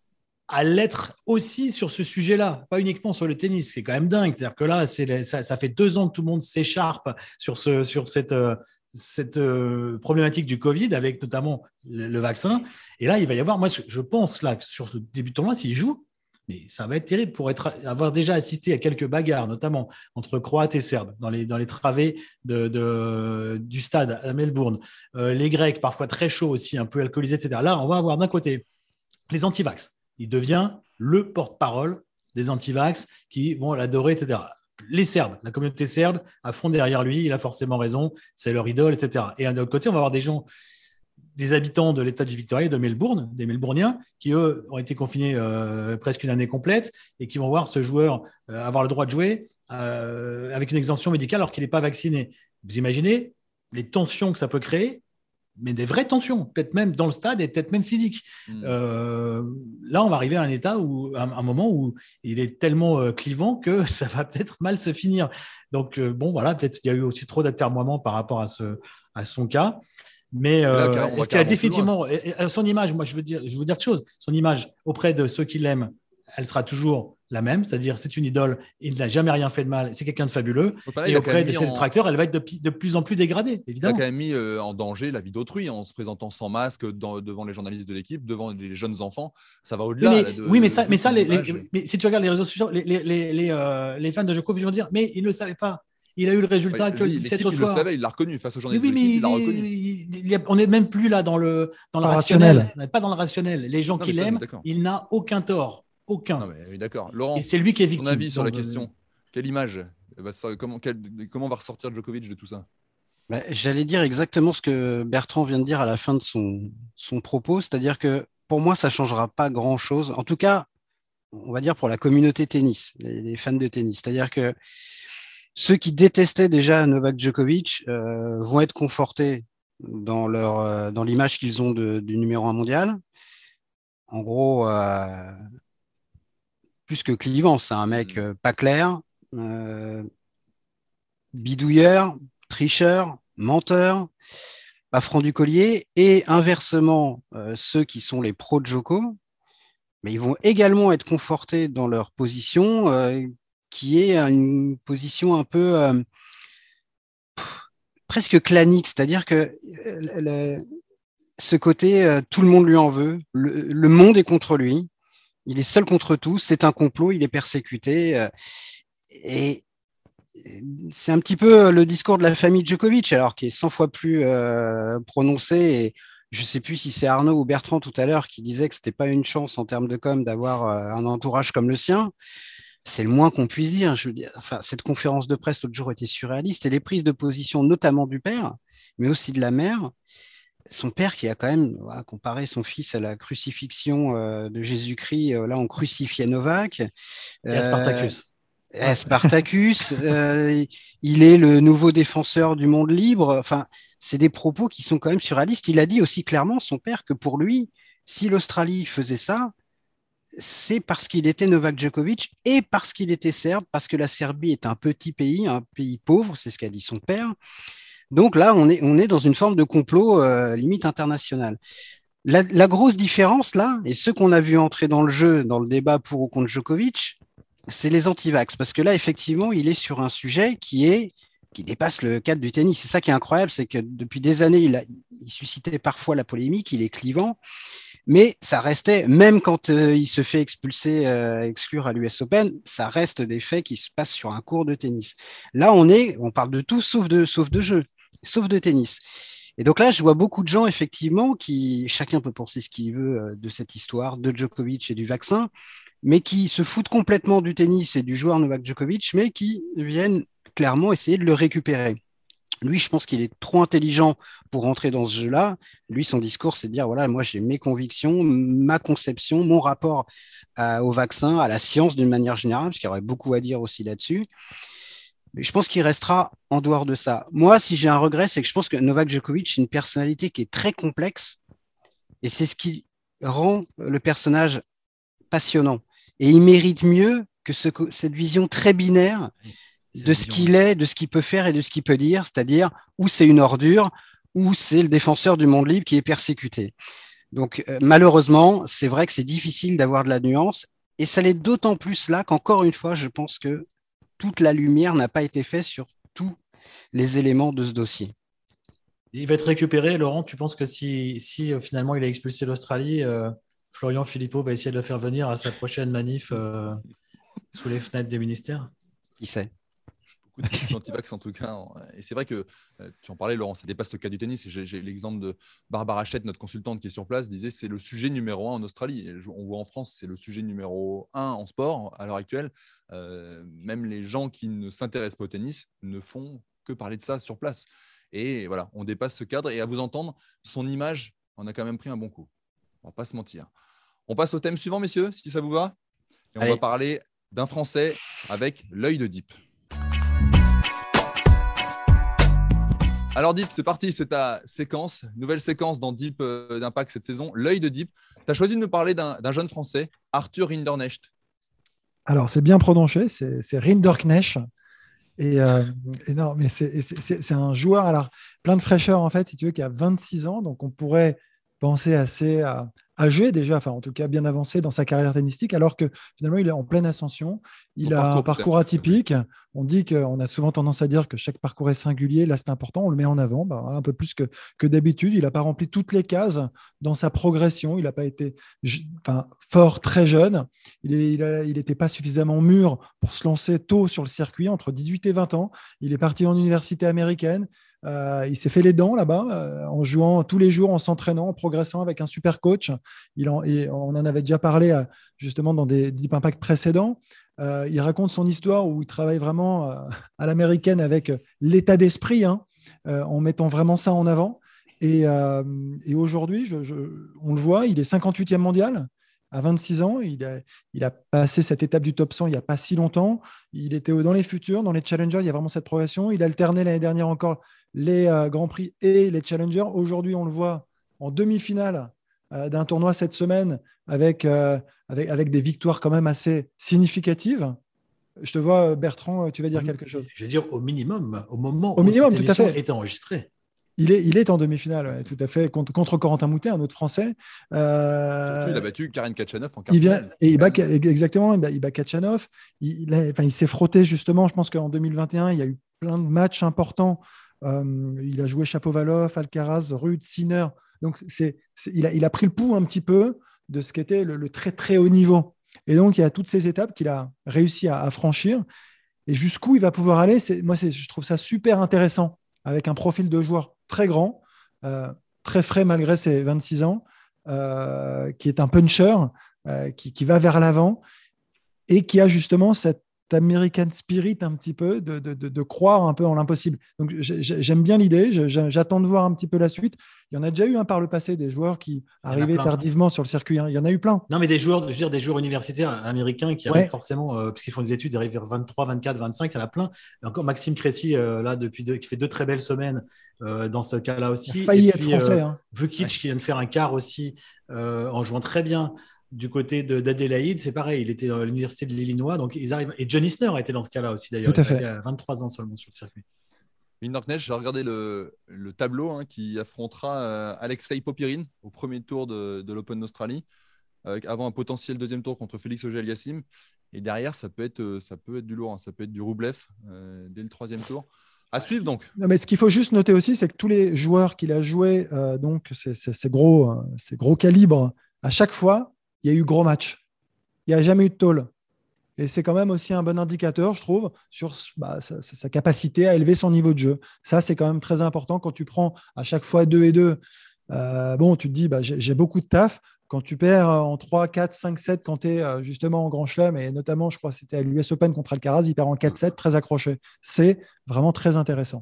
à l'être aussi sur ce sujet-là, pas uniquement sur le tennis. C'est quand même dingue. C'est-à-dire que là, c'est, ça, ça fait deux ans que tout le monde s'écharpe sur, ce, sur cette, euh, cette euh, problématique du Covid, avec notamment le, le vaccin. Et là, il va y avoir, moi, je, je pense, là, sur le début de tournoi, s'il joue, mais ça va être terrible pour être, avoir déjà assisté à quelques bagarres, notamment entre Croates et Serbes, dans les, dans les travées de, de, du stade à Melbourne. Euh, les Grecs, parfois très chauds aussi, un peu alcoolisés, et cetera. Là, on va avoir d'un côté les anti-vax. Il devient le porte-parole des anti-vax qui vont l'adorer, et cetera. Les Serbes, la communauté serbe, à fond derrière lui, il a forcément raison, c'est leur idole, et cetera. Et d'un autre côté, on va avoir des gens... des habitants de l'État du Victoria, de Melbourne, des Melbourniens, qui, eux, ont été confinés euh, presque une année complète et qui vont voir ce joueur euh, avoir le droit de jouer euh, avec une exemption médicale alors qu'il n'est pas vacciné. Vous imaginez les tensions que ça peut créer, mais des vraies tensions, peut-être même dans le stade et peut-être même physiques. Mmh. Euh, là, on va arriver à un état où, à un moment où il est tellement euh, clivant que ça va peut-être mal se finir. Donc, euh, bon, voilà, peut-être qu'il y a eu aussi trop d'atermoiements par rapport à, ce, à son cas. Mais euh, là, est-ce qu'elle a définitivement son image, moi je veux dire, je veux dire quelque chose, son image auprès de ceux qui l'aiment, elle sera toujours la même, c'est-à-dire c'est une idole, il n'a jamais rien fait de mal, c'est quelqu'un de fabuleux. Enfin, là, et auprès de ses en... détracteurs, elle va être de, de plus en plus dégradée, évidemment. Il a quand même mis euh, en danger la vie d'autrui en se présentant sans masque dans, devant les journalistes de l'équipe, devant les jeunes enfants. Ça va au-delà. Mais, là, de, oui, mais ça, de mais ça, les, les, mais si tu regardes les réseaux sociaux, les, les, les, les, euh, les fans de Djokovic vont dire, mais ils ne le savaient pas. Il a eu le résultat ouais, que le dix-sept au soir. Il le savait, il l'a reconnu face aux journalistes. Oui, oui, il l'a reconnu. Il, il, on n'est même plus là dans le, dans le rationnel. rationnel. On n'est pas dans le rationnel. Les gens non, qui l'aiment, il n'a aucun tort. Aucun. Non, mais, oui, d'accord. Laurent, et c'est lui qui est victime. Ton avis sur la question euh... Quelle image comment, quel, comment va ressortir Djokovic de tout ça? Bah, j'allais dire exactement ce que Bertrand vient de dire à la fin de son, son propos. C'est-à-dire que pour moi, ça ne changera pas grand-chose. En tout cas, on va dire pour la communauté tennis, les, les fans de tennis. C'est-à-dire que ceux qui détestaient déjà Novak Djokovic euh, vont être confortés dans, leur, euh, dans l'image qu'ils ont de, du numéro un mondial. En gros, euh, plus que clivant, c'est un mec euh, pas clair, euh, bidouilleur, tricheur, menteur, pas franc du collier. Et inversement, euh, ceux qui sont les pros de Djoko, mais ils vont également être confortés dans leur position euh, qui est une position un peu euh, pff, presque clanique, c'est-à-dire que euh, le, ce côté, euh, tout le monde lui en veut, le, le monde est contre lui, il est seul contre tous, c'est un complot, il est persécuté, euh, et c'est un petit peu le discours de la famille Djokovic, alors qui est cent fois plus euh, prononcé, et je ne sais plus si c'est Arnaud ou Bertrand tout à l'heure qui disait que ce n'était pas une chance en termes de com d'avoir euh, un entourage comme le sien. C'est le moins qu'on puisse dire. Je veux dire, enfin, cette conférence de presse l'autre jour était surréaliste et les prises de position, notamment du père, mais aussi de la mère. Son père qui a quand même voilà, comparé son fils à la crucifixion euh, de Jésus-Christ. Euh, là, on crucifiait Novak. Et à Spartacus. Euh, à Spartacus. euh, il est le nouveau défenseur du monde libre. Enfin, c'est des propos qui sont quand même surréalistes. Il a dit aussi clairement, son père, que pour lui, si l'Australie faisait ça, c'est parce qu'il était Novak Djokovic et parce qu'il était serbe, parce que la Serbie est un petit pays, un pays pauvre, c'est ce qu'a dit son père. Donc là, on est, on est dans une forme de complot euh, limite international. La, la grosse différence là, et ceux qu'on a vu entrer dans le jeu, dans le débat pour ou contre Djokovic, c'est les anti-vax, parce que là, effectivement, il est sur un sujet qui est qui dépasse le cadre du tennis. C'est ça qui est incroyable, c'est que depuis des années, il, a, il suscitait parfois la polémique, il est clivant, mais ça restait, même quand euh, il se fait expulser, euh, exclure à l'U S Open, ça reste des faits qui se passent sur un court de tennis. Là, on est, on parle de tout sauf de, sauf de jeu, sauf de tennis. Et donc là, je vois beaucoup de gens, effectivement, qui, chacun peut penser ce qu'il veut euh, de cette histoire, de Djokovic et du vaccin, mais qui se foutent complètement du tennis et du joueur Novak Djokovic, mais qui viennent clairement essayer de le récupérer. Lui, je pense qu'il est trop intelligent pour rentrer dans ce jeu-là. Lui, son discours, c'est de dire, voilà, moi, j'ai mes convictions, ma conception, mon rapport à, au vaccin, à la science d'une manière générale, parce qu'il y aurait beaucoup à dire aussi là-dessus. Mais je pense qu'il restera en dehors de ça. Moi, si j'ai un regret, c'est que je pense que Novak Djokovic, c'est une personnalité qui est très complexe, et c'est ce qui rend le personnage passionnant. Et il mérite mieux que ce, cette vision très binaire de ce qu'il est, de ce qu'il peut faire et de ce qu'il peut dire, c'est-à-dire où c'est une ordure, où c'est le défenseur du monde libre qui est persécuté. Donc euh, malheureusement, c'est vrai que c'est difficile d'avoir de la nuance, et ça l'est d'autant plus là qu'encore une fois, je pense que toute la lumière n'a pas été faite sur tous les éléments de ce dossier. Il va être récupéré, Laurent. Tu penses que si, si euh, finalement il a expulsé l'Australie, euh, Florian Philippot va essayer de le faire venir à sa prochaine manif euh, sous les fenêtres des ministères? Qui sait? Beaucoup de questions anti-vax en tout cas. Et c'est vrai que, tu en parlais Laurent, ça dépasse le cas du tennis. Et j'ai, j'ai l'exemple de Barbara Chett, notre consultante qui est sur place, disait c'est le sujet numéro un en Australie. Et on voit en France, c'est le sujet numéro un en sport à l'heure actuelle. Euh, même les gens qui ne s'intéressent pas au tennis ne font que parler de ça sur place. Et voilà, on dépasse ce cadre. Et à vous entendre, son image en a quand même pris un bon coup. On ne va pas se mentir. On passe au thème suivant, messieurs, si ça vous va. Et on Allez. va parler d'un Français avec l'œil de Deep. Alors Deep, c'est parti, c'est ta séquence, nouvelle séquence dans Deep euh, d'Impact cette saison, l'œil de Deep. Tu as choisi de nous parler d'un, d'un jeune Français, Arthur Rinderknecht. Alors c'est bien prononcé, c'est, c'est Rinderknecht. Et, euh, et non, mais c'est, c'est, c'est, c'est un joueur, alors plein de fraîcheur en fait, si tu veux, qui a vingt-six ans, donc on pourrait penser assez euh, âgé déjà, enfin en tout cas bien avancé dans sa carrière tennistique, alors que finalement il est en pleine ascension. Il Son a parcours, un parcours atypique. On dit qu'on a souvent tendance à dire que chaque parcours est singulier. Là, c'est important, on le met en avant, bah, un peu plus que, que d'habitude. Il n'a pas rempli toutes les cases dans sa progression. Il n'a pas été enfin, fort très jeune. Il n'était pas suffisamment mûr pour se lancer tôt sur le circuit, entre dix-huit et vingt ans. Il est parti en université américaine. Euh, il s'est fait les dents là-bas euh, en jouant tous les jours, en s'entraînant, en progressant avec un super coach. Il en, et on en avait déjà parlé euh, justement dans des Deep Impact précédents. Euh, il raconte son histoire où il travaille vraiment euh, à l'américaine avec l'état d'esprit, hein, euh, en mettant vraiment ça en avant. Et, euh, et aujourd'hui, je, je, on le voit, il est cinquante-huitième mondial. À vingt-six ans, il a, il a passé cette étape du top cent il n'y a pas si longtemps. Il était dans les futurs, dans les challengers, il y a vraiment cette progression. Il alternait l'année dernière encore les euh, Grands Prix et les challengers. Aujourd'hui, on le voit en demi-finale euh, d'un tournoi cette semaine avec, euh, avec, avec des victoires quand même assez significatives. Je te vois, Bertrand, tu vas dire quelque chose. Je veux dire au minimum, au moment au où minimum, cette émission est enregistrée. Il est, il est en demi-finale, ouais, tout à fait, contre, contre Corentin Moutet, un autre Français. Euh, Surtout, il a battu Karen Khachanov en quart il vient, et il bat, exactement, il bat, il bat Khachanov. Il, il, a, enfin, il s'est frotté justement, je pense qu'en deux mille vingt et un, il y a eu plein de matchs importants. Euh, il a joué Shapovalov, Alcaraz, Ruud, Sinner. Donc, c'est, c'est, il, a, il a pris le pouls un petit peu de ce qu'était le, le très, très haut niveau. Et donc, il y a toutes ces étapes qu'il a réussi à, à franchir. Et jusqu'où il va pouvoir aller, c'est, moi, c'est, je trouve ça super intéressant, avec un profil de joueur très grand, euh, très frais malgré ses vingt-six ans, euh, qui est un puncher, euh, qui, qui va vers l'avant et qui a justement cette American spirit un petit peu, de, de, de, de croire un peu en l'impossible. Donc j'aime bien l'idée, j'attends de voir un petit peu la suite. Il y en a déjà eu un par le passé, des joueurs qui arrivaient tardivement sur le circuit. Il y en a eu plein. Non, mais des joueurs, je veux dire, des joueurs universitaires américains qui arrivent ouais. forcément, euh, parce qu'ils font des études, ils arrivent vers vingt-trois, vingt-quatre, vingt-cinq, il y en a plein. Et encore Maxime Cressy, euh, là, depuis deux, qui fait deux très belles semaines euh, dans ce cas-là aussi. Il a failli et être puis, français. Euh, hein. Vukic ouais. qui vient de faire un quart aussi euh, en jouant très bien. Du côté de, d'Adélaïde, c'est pareil. Il était dans l'université de l'Illinois. Donc, ils arrivent. Et John Isner a été dans ce cas-là aussi, d'ailleurs. Tout à il fait. était à vingt-trois ans seulement sur le circuit. Winterknecht, j'ai regardé le, le tableau hein, qui affrontera euh, Alexei Popyrin au premier tour de, de l'Open d'Australie, avec, avant un potentiel deuxième tour contre Félix Auger-Aliassime. Et derrière, ça peut être, ça peut être du lourd, hein. Ça peut être du Rublev euh, dès le troisième tour. À suivre donc. Non, mais ce qu'il faut juste noter aussi, c'est que tous les joueurs qu'il a joués, euh, donc ces, ces, ces gros, euh, ces gros calibres, à chaque fois, il y a eu gros match. Il n'y a jamais eu de tôle. Et c'est quand même aussi un bon indicateur, je trouve, sur bah, sa, sa capacité à élever son niveau de jeu. Ça, c'est quand même très important quand tu prends à chaque fois deux et deux. Euh, bon, tu te dis, bah, j'ai, j'ai beaucoup de taf. Quand tu perds en trois, quatre, cinq, sept, quand tu es justement en Grand Chelem, et notamment, je crois que c'était à l'U S Open contre Alcaraz, il perd en quatre sept, très accroché. C'est vraiment très intéressant.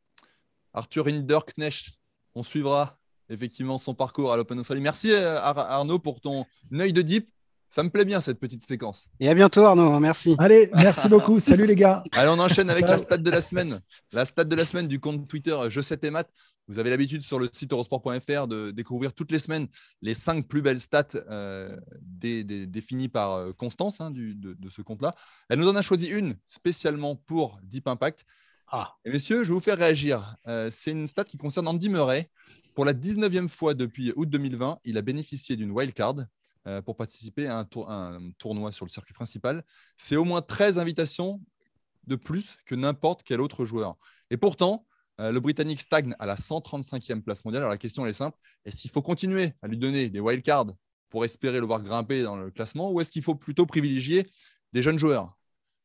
Arthur Hinderknecht, on suivra effectivement son parcours à l'Open d'Australie. Merci Arnaud pour ton œil de deep. Ça me plaît bien cette petite séquence. Et à bientôt Arnaud, merci. Allez, merci beaucoup. Salut les gars. Allez, on enchaîne avec la stat de la semaine. La stat de la semaine du compte Twitter Je sais tes maths. Vous avez l'habitude sur le site eurosport point f r de découvrir toutes les semaines les cinq plus belles stats euh, dé, dé, définies par Constance hein, du, de, de ce compte-là. Elle nous en a choisi une spécialement pour Deep Impact. Ah. Et messieurs, je vais vous faire réagir. Euh, c'est une stat qui concerne Andy Murray. Pour la dix-neuvième fois depuis août deux mille vingt, il a bénéficié d'une wildcard euh, pour participer à un, tour, un tournoi sur le circuit principal. C'est au moins treize invitations de plus que n'importe quel autre joueur. Et pourtant, euh, le Britannique stagne à la cent trente-cinquième place mondiale. Alors la question elle est simple. Est-ce qu'il faut continuer à lui donner des wildcards pour espérer le voir grimper dans le classement ou est-ce qu'il faut plutôt privilégier des jeunes joueurs?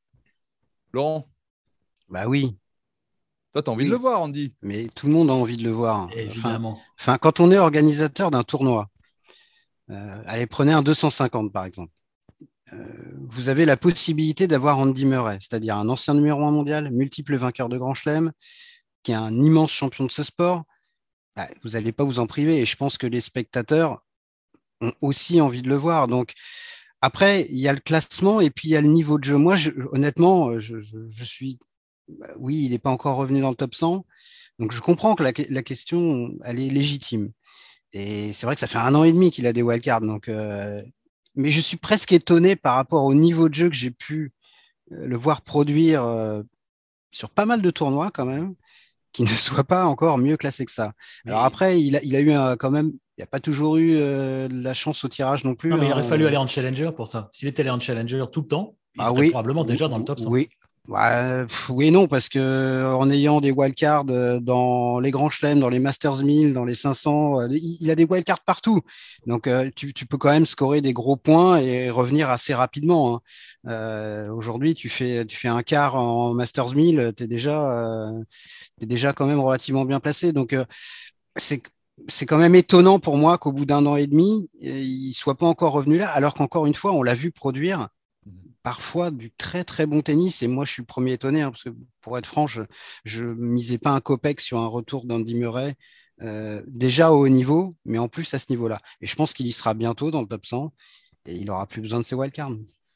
Laurent? Bah oui. Toi, tu as envie oui. de le voir, Andy. Mais tout le monde a envie de le voir. Évidemment. Enfin, enfin quand on est organisateur d'un tournoi, euh, allez, prenez un deux cent cinquante par exemple. Euh, vous avez la possibilité d'avoir Andy Murray, c'est-à-dire un ancien numéro un mondial, multiple vainqueur de Grand Chelem, qui est un immense champion de ce sport. Bah, vous n'allez pas vous en priver. Et je pense que les spectateurs ont aussi envie de le voir. Donc, après, il y a le classement et puis il y a le niveau de jeu. Moi, je, honnêtement, je, je, je suis... Oui, il n'est pas encore revenu dans le top cent. Donc, je comprends que la, la question, elle est légitime. Et c'est vrai que ça fait un an et demi qu'il a des wildcards. Donc, euh, mais je suis presque étonné par rapport au niveau de jeu que j'ai pu le voir produire euh, sur pas mal de tournois quand même, qu'il ne soit pas encore mieux classé que ça. Mais... Alors après, il a, il a eu un, quand même, il n'a pas toujours eu euh, la chance au tirage non plus. Non, mais hein. il aurait fallu aller en challenger pour ça. S'il était allé en challenger tout le temps, il ah serait oui, probablement déjà oui, dans le top cent. Oui. Ouais, pff, oui et non, parce que en ayant des wildcards dans les grands chelems, dans les Masters mille, dans les cinq cents, euh, il a des wildcards partout. Donc, euh, tu, tu peux quand même scorer des gros points et revenir assez rapidement. Hein. Euh, aujourd'hui, tu fais, tu fais un quart en Masters mille, tu es déjà, euh, t'es déjà quand même relativement bien placé. Donc, euh, c'est c'est quand même étonnant pour moi qu'au bout d'un an et demi, il ne soit pas encore revenu là, alors qu'encore une fois, on l'a vu produire parfois du très très bon tennis, et moi je suis le premier étonné, hein, parce que pour être franc, je ne misais pas un copec sur un retour d'Andy Murray, euh, déjà au haut niveau, mais en plus à ce niveau-là. Et je pense qu'il y sera bientôt dans le top cent, et il n'aura plus besoin de ses wildcards.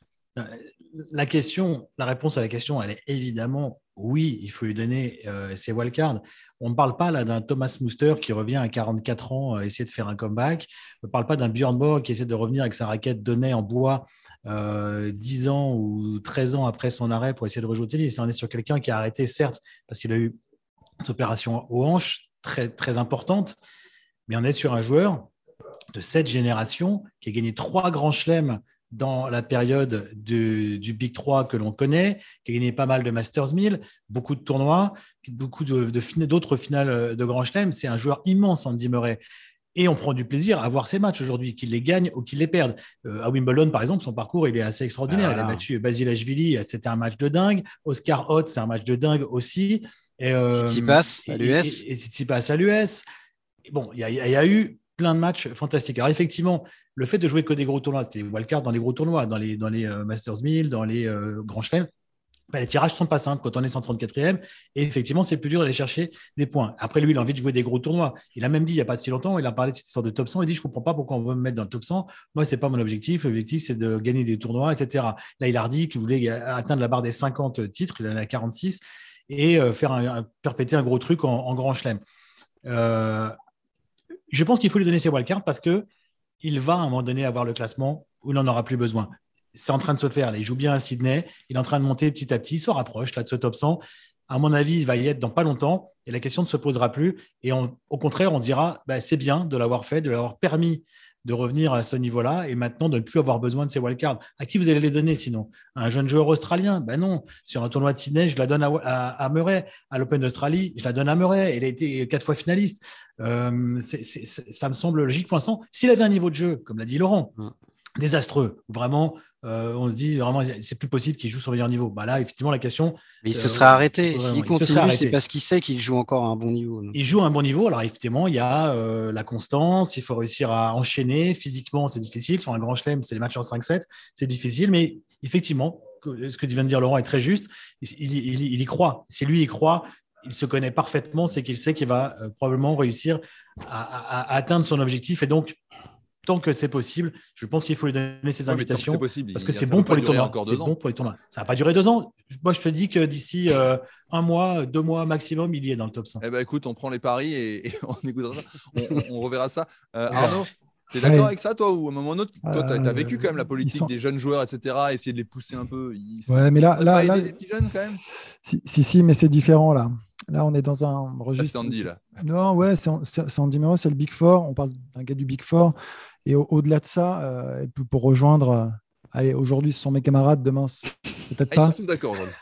La question, la réponse à la question, elle est évidemment oui, il faut lui donner euh, ses wildcards. On ne parle pas là d'un Thomas Muster qui revient à quarante-quatre ans, euh, essayer de faire un comeback. On ne parle pas d'un Björn Borg qui essaie de revenir avec sa raquette Donnay en bois euh, dix ans ou treize ans après son arrêt pour essayer de rejouer au tennis. On est sur quelqu'un qui a arrêté, certes, parce qu'il a eu cette opération aux hanches très, très importante, mais on est sur un joueur de cette génération qui a gagné trois grands chelems dans la période de, du Big trois que l'on connaît, qui a gagné pas mal de Masters mille, beaucoup de tournois, beaucoup de, de, d'autres finales de Grand Chelem. C'est un joueur immense, Andy Murray. Et on prend du plaisir à voir ses matchs aujourd'hui, qu'il les gagne ou qu'il les perde. Euh, à Wimbledon, par exemple, son parcours il est assez extraordinaire. Ah, voilà. Il a battu Basilashvili, c'était un match de dingue. Oscar Ott, c'est un match de dingue aussi. Et, euh, Tsitsipas à l'U S. Et, et, et Tsitsipas à l'U S. Et bon, il y, y, y a eu plein de matchs fantastiques. Alors effectivement, le fait de jouer que des gros tournois, les wildcards dans les gros tournois, dans les, dans les euh, Masters mille, dans les euh, Grands Chelems, ben, les tirages ne sont pas simples quand on est cent trente-quatrième. Et effectivement, c'est plus dur d'aller chercher des points. Après, lui, il a envie de jouer des gros tournois. Il a même dit, il n'y a pas si longtemps, il a parlé de cette histoire de top cent. Il dit, je ne comprends pas pourquoi on veut me mettre dans le top cent. Moi, ce n'est pas mon objectif. L'objectif, c'est de gagner des tournois, et cetera. Là, il a redit qu'il voulait atteindre la barre des cinquante titres. Il en a quarante-six et euh, faire un, un, perpéter un gros truc en, en Grand Chelem. Euh, je pense qu'il faut lui donner ses wildcards parce que il va à un moment donné avoir le classement où il n'en aura plus besoin. C'est en train de se faire. Là, il joue bien à Sydney. Il est en train de monter petit à petit. Il se rapproche là, de ce top cent. À mon avis, il va y être dans pas longtemps et la question ne se posera plus. Et on, au contraire, on dira bah, c'est bien de l'avoir fait, de l'avoir permis de revenir à ce niveau-là et maintenant de ne plus avoir besoin de ces wildcards. À qui vous allez les donner sinon ? À un jeune joueur australien ? Ben non. Sur un tournoi de Sydney, je la donne à, à, à Murray. À l'Open d'Australie, je la donne à Murray. Il a été quatre fois finaliste. Euh, c'est, c'est, c'est, ça me semble logique pour l'instant. S'il avait un niveau de jeu, comme l'a dit Laurent, mmh. désastreux, vraiment, euh, on se dit vraiment, c'est plus possible qu'il joue sur le meilleur niveau. Bah là, effectivement, la question. Mais il euh, se serait arrêté. Vraiment, S'il continue, c'est parce qu'il sait qu'il joue encore à un bon niveau. Donc. Il joue à un bon niveau. Alors, effectivement, il y a euh, la constance. Il faut réussir à enchaîner. Physiquement, c'est difficile. Sur un grand chelem, c'est les matchs en cinq sept. C'est difficile. Mais effectivement, ce que vient de dire Laurent est très juste. Il, il, il, il y croit. Si lui, il croit, il se connaît parfaitement. C'est qu'il sait qu'il va euh, probablement réussir à, à, à atteindre son objectif. Et donc, tant que c'est possible, je pense qu'il faut lui donner ses ouais, invitations possible, parce que c'est bon pour les tournois. C'est bon pour les tournois. Ça va pas durer deux ans. Moi, je te dis que d'ici euh, un mois, deux mois maximum, il y est dans le top cent. Eh ben, écoute, on prend les paris et, et on écoutera ça. On, on reverra ça. Euh, Arnaud, tu es d'accord ouais. avec ça, toi, ou à un moment donné, toi, tu as, as vécu quand même la politique sont... des jeunes joueurs, et cetera, essayer de les pousser un peu. Ils ouais, mais là, là, là, les petits jeunes quand même. Si, si, si, mais c'est différent là. Là, on est dans un registre. Là, c'est Andy, là. Non, ouais, c'est, c'est Andy Murray, c'est le Big Four. On parle d'un gars du Big Four. Et au- au-delà de ça, euh, pour rejoindre, euh, allez, aujourd'hui, ce sont mes camarades, demain, peut-être ah, pas. Ils sont tous d'accord aujourd'hui.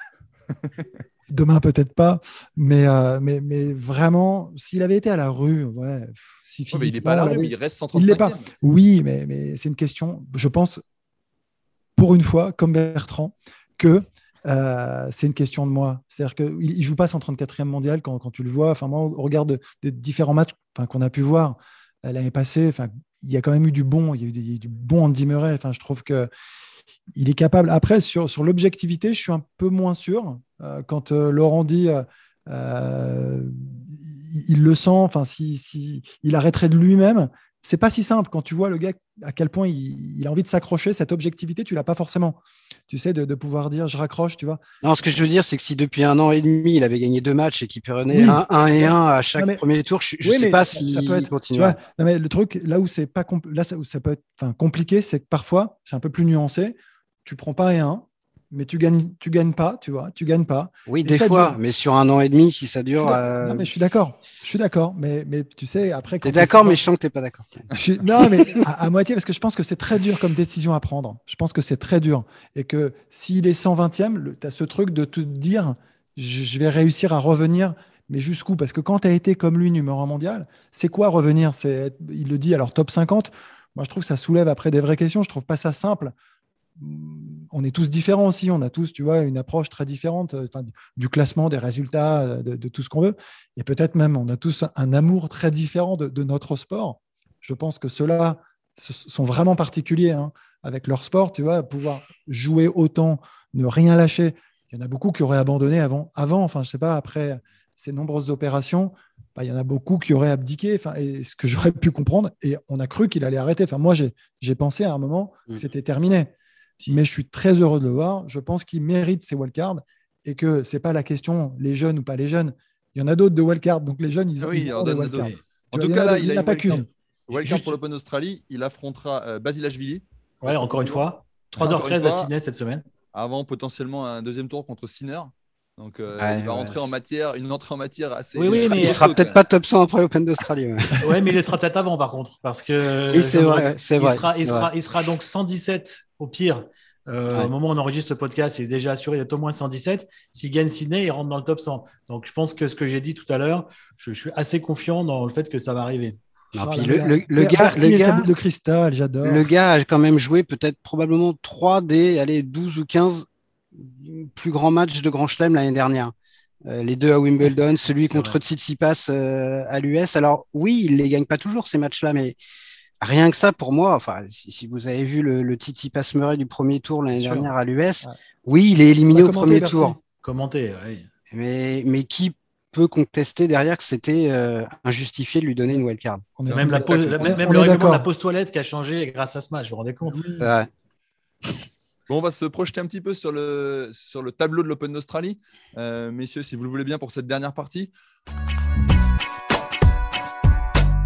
Demain, peut-être pas. Mais, euh, mais, mais vraiment, s'il avait été à la rue, ouais, si physiquement. Ouais, mais il n'est pas à la rue, mais il reste cent trente-cinquième. Il l'est pas. Oui, mais, mais c'est une question, je pense, pour une fois, comme Bertrand, que euh, c'est une question de moi. C'est-à-dire qu'il ne joue pas cent trente-quatrième mondial quand, quand tu le vois. Enfin, moi, au regard de, des différents matchs qu'on a pu voir l'année passée, enfin, il y a quand même eu du bon, il y a eu, des, il y a eu du bon Andy Murray. Enfin, je trouve que il est capable. Après, sur, sur l'objectivité, je suis un peu moins sûr. Euh, quand euh, Laurent dit euh, euh, il, il le sent, enfin, si, si il arrêterait de lui-même, c'est pas si simple. Quand tu vois le gars à quel point il, il a envie de s'accrocher, cette objectivité, tu l'as pas forcément. Tu sais, de, de pouvoir dire je raccroche, tu vois. Non, ce que je veux dire, c'est que si depuis un an et demi, il avait gagné deux matchs et qu'il prenait oui. un, un et un à chaque non, mais, premier tour, je ne oui, sais pas si ça peut être, continue. Tu vois, non, mais le truc, là où c'est pas compl- là où ça peut être enfin, compliqué, c'est que parfois, c'est un peu plus nuancé. Tu prends pas un et un, mais tu gagnes, tu gagnes pas, tu vois, tu gagnes pas. Oui, et des fois, dure. Mais sur un an et demi, si ça dure. Je euh... Non, mais je suis d'accord. Je suis d'accord, mais, mais tu sais, après. T'es d'accord, mais je sens que t'es pas d'accord. suis... Non, mais à, à moitié, parce que je pense que c'est très dur comme décision à prendre. Je pense que c'est très dur. Et que s'il est cent vingtième, tu as ce truc de te dire, je, je vais réussir à revenir, mais jusqu'où ? Parce que quand tu as été comme lui, numéro un mondial, c'est quoi revenir ? C'est, il le dit, alors top cinquante. Moi, je trouve que ça soulève après des vraies questions. Je trouve pas ça simple. On est tous différents aussi, on a tous, tu vois, une approche très différente enfin, du classement, des résultats, de, de tout ce qu'on veut. Et peut-être même, on a tous un amour très différent de, de notre sport. Je pense que ceux-là sont vraiment particuliers hein, avec leur sport, tu vois, pouvoir jouer autant, ne rien lâcher. Il y en a beaucoup qui auraient abandonné avant, avant enfin, je sais pas, après ces nombreuses opérations, bah, il y en a beaucoup qui auraient abdiqué, enfin, et ce que j'aurais pu comprendre, et on a cru qu'il allait arrêter. Enfin, moi, j'ai, j'ai pensé à un moment que c'était terminé. Mais je suis très heureux de le voir. Je pense qu'il mérite ses wildcards et que ce n'est pas la question les jeunes ou pas les jeunes. Il y en a d'autres de wildcards. Donc les jeunes, ils, ah oui, ils ont des wildcards. En tout cas, là, il, il a pas qu'une. Wildcard Juste... pour l'Open d'Australie. Il affrontera euh, Basilashvili. Ouais, encore une fois. trois heures treize à Sydney cette semaine. Avant potentiellement un deuxième tour contre Sinner. Donc euh, ouais, il va ouais. rentrer en matière, une entrée en matière assez. Oui, oui, mais il ne sera peut-être pas top cent après l'Open d'Australie. Ouais. ouais, mais il le sera peut-être avant par contre. Parce que. Oui, c'est vrai. C'est il, vrai, sera, c'est il, vrai. Sera, il sera donc cent dix-sept au pire. Euh, ouais. Au moment où on enregistre ce podcast, il est déjà assuré d'être au moins cent dix-sept. S'il gagne Sydney, il rentre dans le top cent. Donc, je pense que ce que j'ai dit tout à l'heure, je, je suis assez confiant dans le fait que ça va arriver. Non, oh, puis le, le, le gars, le gars, de cristal, j'adore. Le gars a quand même joué peut-être probablement trois des allez, douze ou quinze plus grands matchs de Grand Chelem l'année dernière. Euh, les deux à Wimbledon, celui c'est contre Tsitsipas euh, à l'U S. Alors oui, il les gagne pas toujours ces matchs-là, mais rien que ça, pour moi, enfin, si, si vous avez vu le, le Tsitsipas Murray du premier tour l'année Bien dernière sûr. à l'U S, ouais. oui, il est éliminé au premier Bertie. tour. Commenté, oui. Mais, mais qui peut contester derrière que c'était euh, injustifié de lui donner une wildcard ? Même, la pause, même, même le règlement de la pause toilette qui a changé grâce à ce match, vous vous rendez compte ? Oui. Ouais. Bon, on va se projeter un petit peu sur le, sur le tableau de l'Open d'Australie. Euh, messieurs, si vous le voulez bien pour cette dernière partie.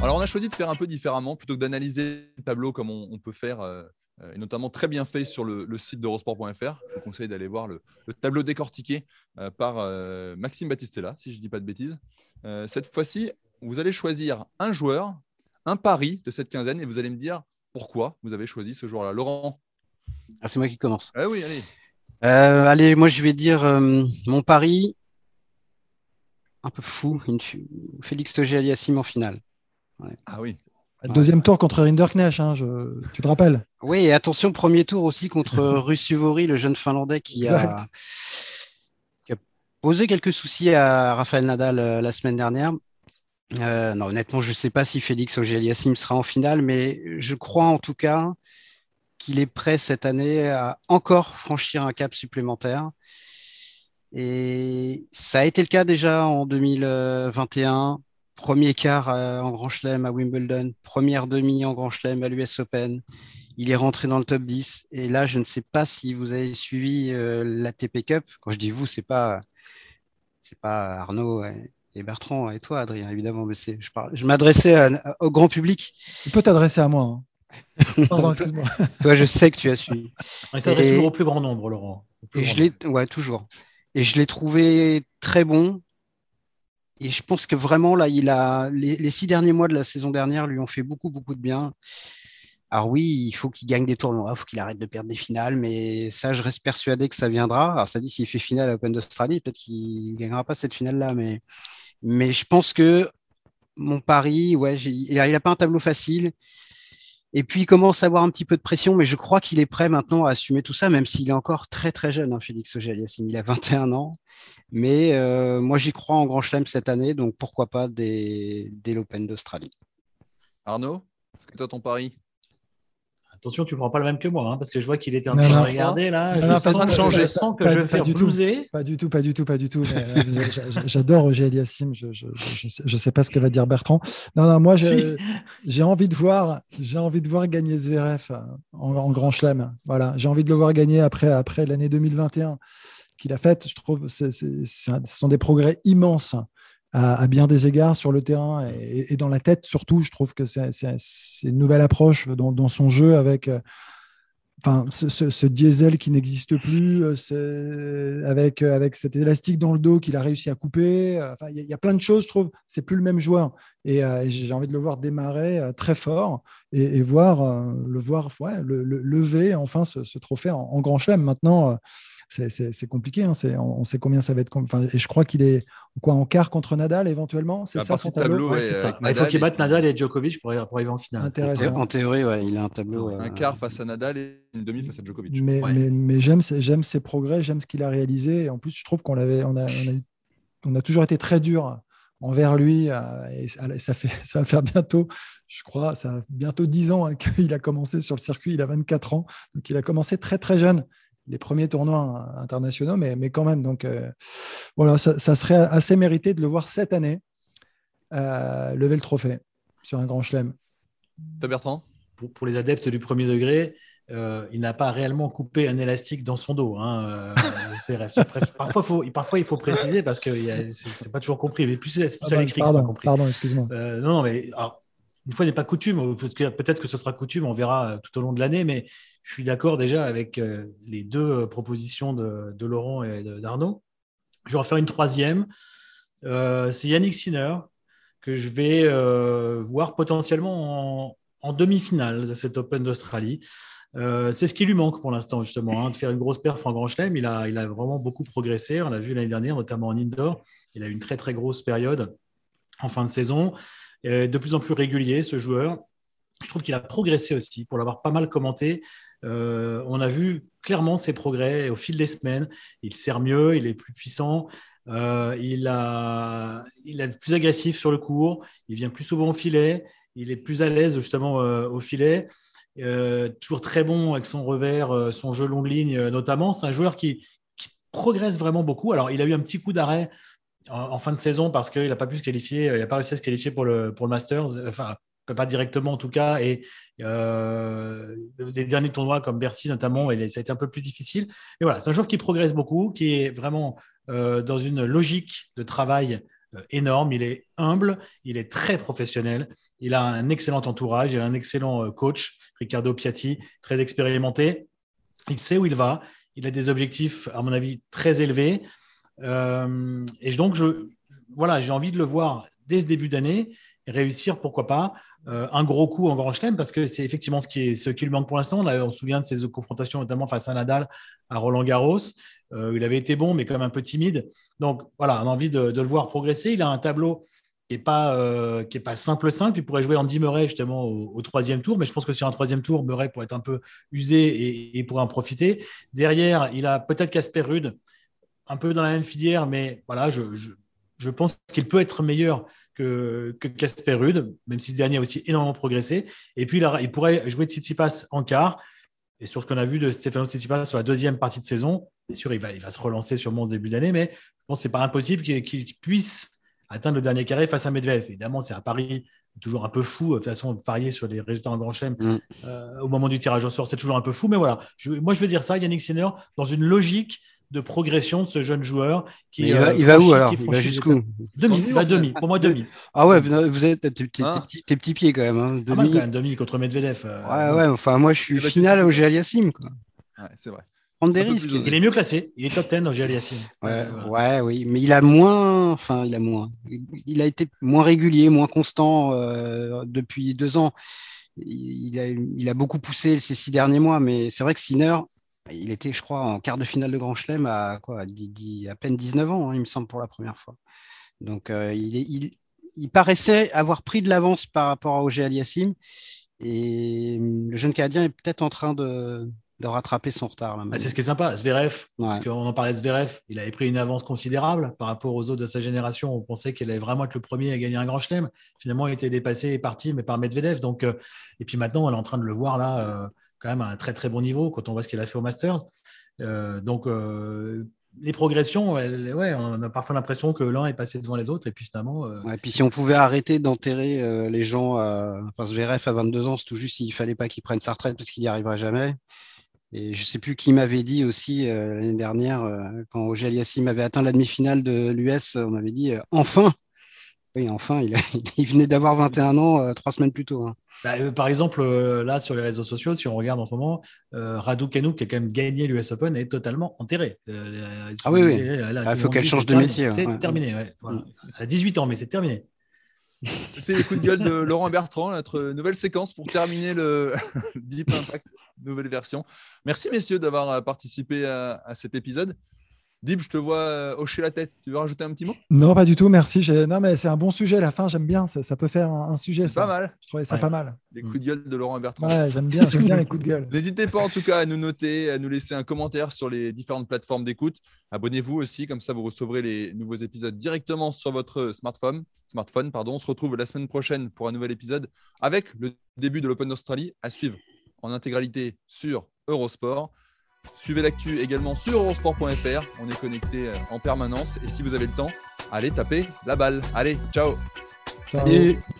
Alors, on a choisi de faire un peu différemment, plutôt que d'analyser le tableau comme on, on peut faire, euh, et notamment très bien fait sur le, le site d'Eurosport point F R. Je vous conseille d'aller voir le, le tableau décortiqué euh, par euh, Maxime Battistella, si je ne dis pas de bêtises. Euh, cette fois-ci, vous allez choisir un joueur, un pari de cette quinzaine, et vous allez me dire pourquoi vous avez choisi ce joueur-là. Laurent. Ah, c'est moi qui commence. Ah oui, allez. Euh, allez, moi, je vais dire euh, mon pari un peu fou, une, Félix Auger-Aliassime en finale. Ouais. Ah oui. Deuxième tour contre Rinderknecht, hein, je... tu te rappelles? Oui, et attention, premier tour aussi contre Ruusuvuori, le jeune Finlandais qui a... qui a posé quelques soucis à Rafael Nadal euh, la semaine dernière. Euh, non, honnêtement, je ne sais pas si Félix Auger-Aliassime sera en finale, mais je crois en tout cas qu'il est prêt cette année à encore franchir un cap supplémentaire. Et ça a été le cas déjà en deux mille vingt et un. Premier quart en Grand Chelem à Wimbledon, première demi en Grand Chelem à l'U S Open. Il est rentré dans le top dix. Et là, je ne sais pas si vous avez suivi euh, l'A T P Cup. Quand je dis vous, c'est pas, c'est pas Arnaud et Bertrand et toi, Adrien, évidemment. Mais c'est, je, parle, je m'adressais à, à, au grand public. Tu peux t'adresser à moi. Hein. Pardon, excuse-moi. Toi, je sais que tu as suivi. Il s'adresse toujours au plus grand nombre, Laurent. Et je l'ai, ouais, toujours. Et je l'ai trouvé très bon. Et je pense que vraiment, là, il a les, les six derniers mois de la saison dernière lui ont fait beaucoup, beaucoup de bien. Alors oui, il faut qu'il gagne des tournois, il faut qu'il arrête de perdre des finales, mais ça, je reste persuadé que ça viendra. Alors ça dit, s'il fait finale à Open d'Australie, peut-être qu'il ne gagnera pas cette finale-là, mais, mais je pense que mon pari, ouais, j'ai, il n'a pas un tableau facile. Et puis, il commence à avoir un petit peu de pression, mais je crois qu'il est prêt maintenant à assumer tout ça, même s'il est encore très, très jeune, hein, Félix Auger-Aliassime. Il a vingt et un ans. Mais euh, moi, j'y crois en Grand Chelem cette année, donc pourquoi pas dès, dès l'Open d'Australie. Arnaud, est-ce que toi, ton pari? Attention, tu ne prends pas le même que moi, hein, parce que je vois qu'il était en train de regarder là. Non, je, non, sens pas, que, changer. je sens que pas, je vais pas faire blouser. Pas du tout, pas du tout, pas du tout. Mais, euh, j'adore Auger-Aliassime. Je ne je, je, je sais pas ce que va dire Bertrand. Non, non, moi, j'ai si. envie de voir, j'ai envie de voir gagner Zverev en, en Grand Chelem. Voilà, j'ai envie de le voir gagner après, après l'année deux mille vingt et un qu'il a faite. Je trouve que ce sont des progrès immenses. À, à bien des égards sur le terrain et, et dans la tête surtout. Je trouve que c'est, c'est, c'est une nouvelle approche dans, dans son jeu avec euh, enfin, ce, ce, ce diesel qui n'existe plus, avec, avec cet élastique dans le dos qu'il a réussi à couper. Enfin, il y, y a plein de choses, je trouve. C'est plus le même joueur. Et, euh, et j'ai envie de le voir démarrer euh, très fort et, et voir, euh, le voir ouais, le, le, lever enfin ce, ce trophée en, en Grand Chelem. Maintenant, euh, c'est, c'est, c'est compliqué. Hein, c'est, on sait combien ça va être. Enfin, et je crois qu'il est quoi, en quart contre Nadal éventuellement. C'est ça son tableau. tableau ouais, c'est ça. Il faut qu'il batte Nadal et Djokovic pour, pour arriver en finale. Intéressant. En théorie, ouais, il a un tableau. Un euh... quart face à Nadal et une demi face à Djokovic. Mais, ouais. mais, mais j'aime, j'aime ses progrès, j'aime ce qu'il a réalisé. Et en plus, je trouve qu'on l'avait, on a, on a, eu, on a toujours été très dur envers lui. Et ça, fait, ça va faire bientôt, je crois, ça a bientôt dix ans hein, qu'il a commencé sur le circuit. Il a vingt-quatre ans. Donc, il a commencé très, très jeune. Les premiers tournois internationaux, mais, mais quand même. Donc, euh, voilà, ça, ça serait assez mérité de le voir cette année euh, lever le trophée sur un Grand Chelem. Toi, Bertrand ? pour, pour les adeptes du premier degré, euh, il n'a pas réellement coupé un élastique dans son dos. Hein, euh, parfois, faut, parfois, il faut préciser parce que ce n'est pas toujours compris. Mais plus c'est plus à l'écrit que c'est pas compris. Pardon, excuse-moi. Euh, non, non, mais alors, une fois n'est pas coutume. Peut-être que ce sera coutume, on verra tout au long de l'année, mais je suis d'accord déjà avec euh, les deux euh, propositions de, de Laurent et de, d'Arnaud. Je vais en faire une troisième. Euh, c'est Yannick Sinner que je vais euh, voir potentiellement en, en demi-finale de cet Open d'Australie. Euh, c'est ce qui lui manque pour l'instant, justement, hein, de faire une grosse perf en Grand Chelem. Il a, il a vraiment beaucoup progressé. On l'a vu l'année dernière, notamment en indoor. Il a eu une très, très grosse période en fin de saison. Et de plus en plus régulier, ce joueur. Je trouve qu'il a progressé aussi, pour l'avoir pas mal commenté. Euh, on a vu clairement ses progrès au fil des semaines. Il sert mieux, il est plus puissant, euh, il, a, il est plus agressif sur le court, il vient plus souvent au filet, il est plus à l'aise justement euh, au filet. Euh, toujours très bon avec son revers, euh, son jeu longue ligne euh, notamment. C'est un joueur qui, qui progresse vraiment beaucoup. Alors, il a eu un petit coup d'arrêt en, en fin de saison parce qu'il n'a pas pu se qualifier, il n'a pas réussi à se qualifier pour le, pour le Masters. Enfin, pas directement en tout cas, et euh, les derniers tournois comme Bercy notamment, et ça a été un peu plus difficile. Mais voilà, c'est un joueur qui progresse beaucoup, qui est vraiment euh, dans une logique de travail euh, énorme, il est humble, il est très professionnel, il a un excellent entourage, il a un excellent euh, coach, Riccardo Piatti, très expérimenté. Il sait où il va, il a des objectifs, à mon avis, très élevés. Euh, et donc, je, voilà, j'ai envie de le voir dès ce début d'année réussir, pourquoi pas, euh, un gros coup en Grand Chelem, parce que c'est effectivement ce qui, est, ce qui lui manque pour l'instant. Là, on se souvient de ses confrontations, notamment face à Nadal, à Roland-Garros. Euh, il avait été bon, mais quand même un peu timide. Donc, voilà, on a envie de, de le voir progresser. Il a un tableau qui n'est pas, euh, qui est pas simple, simple. Il pourrait jouer Andy Murray, justement, au, au troisième tour, mais je pense que sur un troisième tour, Murray pourrait être un peu usé et, et pourrait en profiter. Derrière, il a peut-être Casper Ruud, un peu dans la même filière, mais voilà, je, je, je pense qu'il peut être meilleur que Casper Ruud, même si ce dernier a aussi énormément progressé. Et puis, il, a, il pourrait jouer Tsitsipas en quart. Et sur ce qu'on a vu de Stefanos Tsitsipas sur la deuxième partie de saison, bien sûr, il va, il va se relancer sûrement au début d'année, mais je pense que ce n'est pas impossible qu'il, qu'il puisse atteindre le dernier carré face à Medvedev. Évidemment, c'est un pari toujours un peu fou. De toute façon, parier sur les résultats en Grand Chelem mm. euh, au moment du tirage au sort, c'est toujours un peu fou. Mais voilà, je, moi, je veux dire ça, Yannick Sinner, dans une logique de progression de ce jeune joueur. Qui, il va, euh, il va franchit, où alors? Il va jusqu'où? Demi, il va demi. Pour moi, demi. Ah ouais, vous êtes tes, tes, tes, hein petits, tes petits pieds quand même. Hein. C'est pas mal quand même, demi contre Medvedev. Euh, ouais, ouais, enfin, moi, je suis final au G L Yassim. Quoi. Ouais, c'est vrai. Prendre des risques. Il est mieux classé. Il est top dix au G L Yassim. Ouais, ouais, ouais, oui. Mais il a moins. Enfin, il a moins. Il a été moins régulier, moins constant euh, depuis deux ans. Il a, il a beaucoup poussé ces six derniers mois, mais c'est vrai que Sinner. Il était, je crois, en quart de finale de Grand Chelem à, quoi, à, à peine dix-neuf ans, hein, il me semble, pour la première fois. Donc, euh, il, est, il, il paraissait avoir pris de l'avance par rapport au G L Yassim. Et le jeune Canadien est peut-être en train de, de rattraper son retard. Là, ah, c'est ce qui est sympa. Zverev, ouais. Parce qu'on en parlait de Zverev, il avait pris une avance considérable par rapport aux autres de sa génération. On pensait qu'il allait vraiment être le premier à gagner un Grand Chelem. Finalement, il était dépassé et parti, mais par Medvedev. Donc, euh, et puis maintenant, on est en train de le voir là. Euh, quand même à un très très bon niveau quand on voit ce qu'il a fait au Masters. Euh, donc euh, les progressions, elles, ouais, on a parfois l'impression que l'un est passé devant les autres et puis finalement. Euh... Ouais, et puis si on pouvait arrêter d'enterrer euh, les gens, euh, enfin Zverev à vingt-deux ans, c'est tout juste s'il fallait pas qu'il prenne sa retraite parce qu'il n'y arriverait jamais. Et je sais plus qui m'avait dit aussi euh, l'année dernière euh, quand Auger Aliassime avait atteint la demi-finale de l'U S, on m'avait dit euh, enfin. Oui, enfin, il, a, il venait d'avoir vingt et un ans euh, trois semaines plus tôt. Hein. Bah, euh, par exemple, euh, là, sur les réseaux sociaux, si on regarde en ce moment, euh, Raducanu, qui a quand même gagné l'U S Open, est totalement enterré. Euh, ah oui, oui. Il ah, faut qu'elle change de métier. C'est ouais. terminé. Ouais. Voilà. Elle a dix-huit ans, mais c'est terminé. C'était les coups de gueule de Laurent Bertrand, notre nouvelle séquence pour terminer le Deep Impact, nouvelle version. Merci, messieurs, d'avoir participé à, à cet épisode. Dib, je te vois hocher la tête. Tu veux rajouter un petit mot? Non, pas du tout, merci. J'ai... Non, mais c'est un bon sujet. La fin, j'aime bien. Ça, ça peut faire un, un sujet. C'est ça. pas mal. Je trouvais ça ouais. pas mal. Les coups de gueule de Laurent Bertrand. Ouais, j'aime bien, j'aime bien les coups de gueule. N'hésitez pas en tout cas à nous noter, à nous laisser un commentaire sur les différentes plateformes d'écoute. Abonnez-vous aussi, comme ça vous recevrez les nouveaux épisodes directement sur votre smartphone. Smartphone, pardon. On se retrouve la semaine prochaine pour un nouvel épisode avec le début de l'Open d'Australie à suivre en intégralité sur Eurosport. Suivez l'actu également sur eurosport point f r. On est connecté en permanence. Et si vous avez le temps, allez taper la balle. Allez, ciao. Ciao. Salut.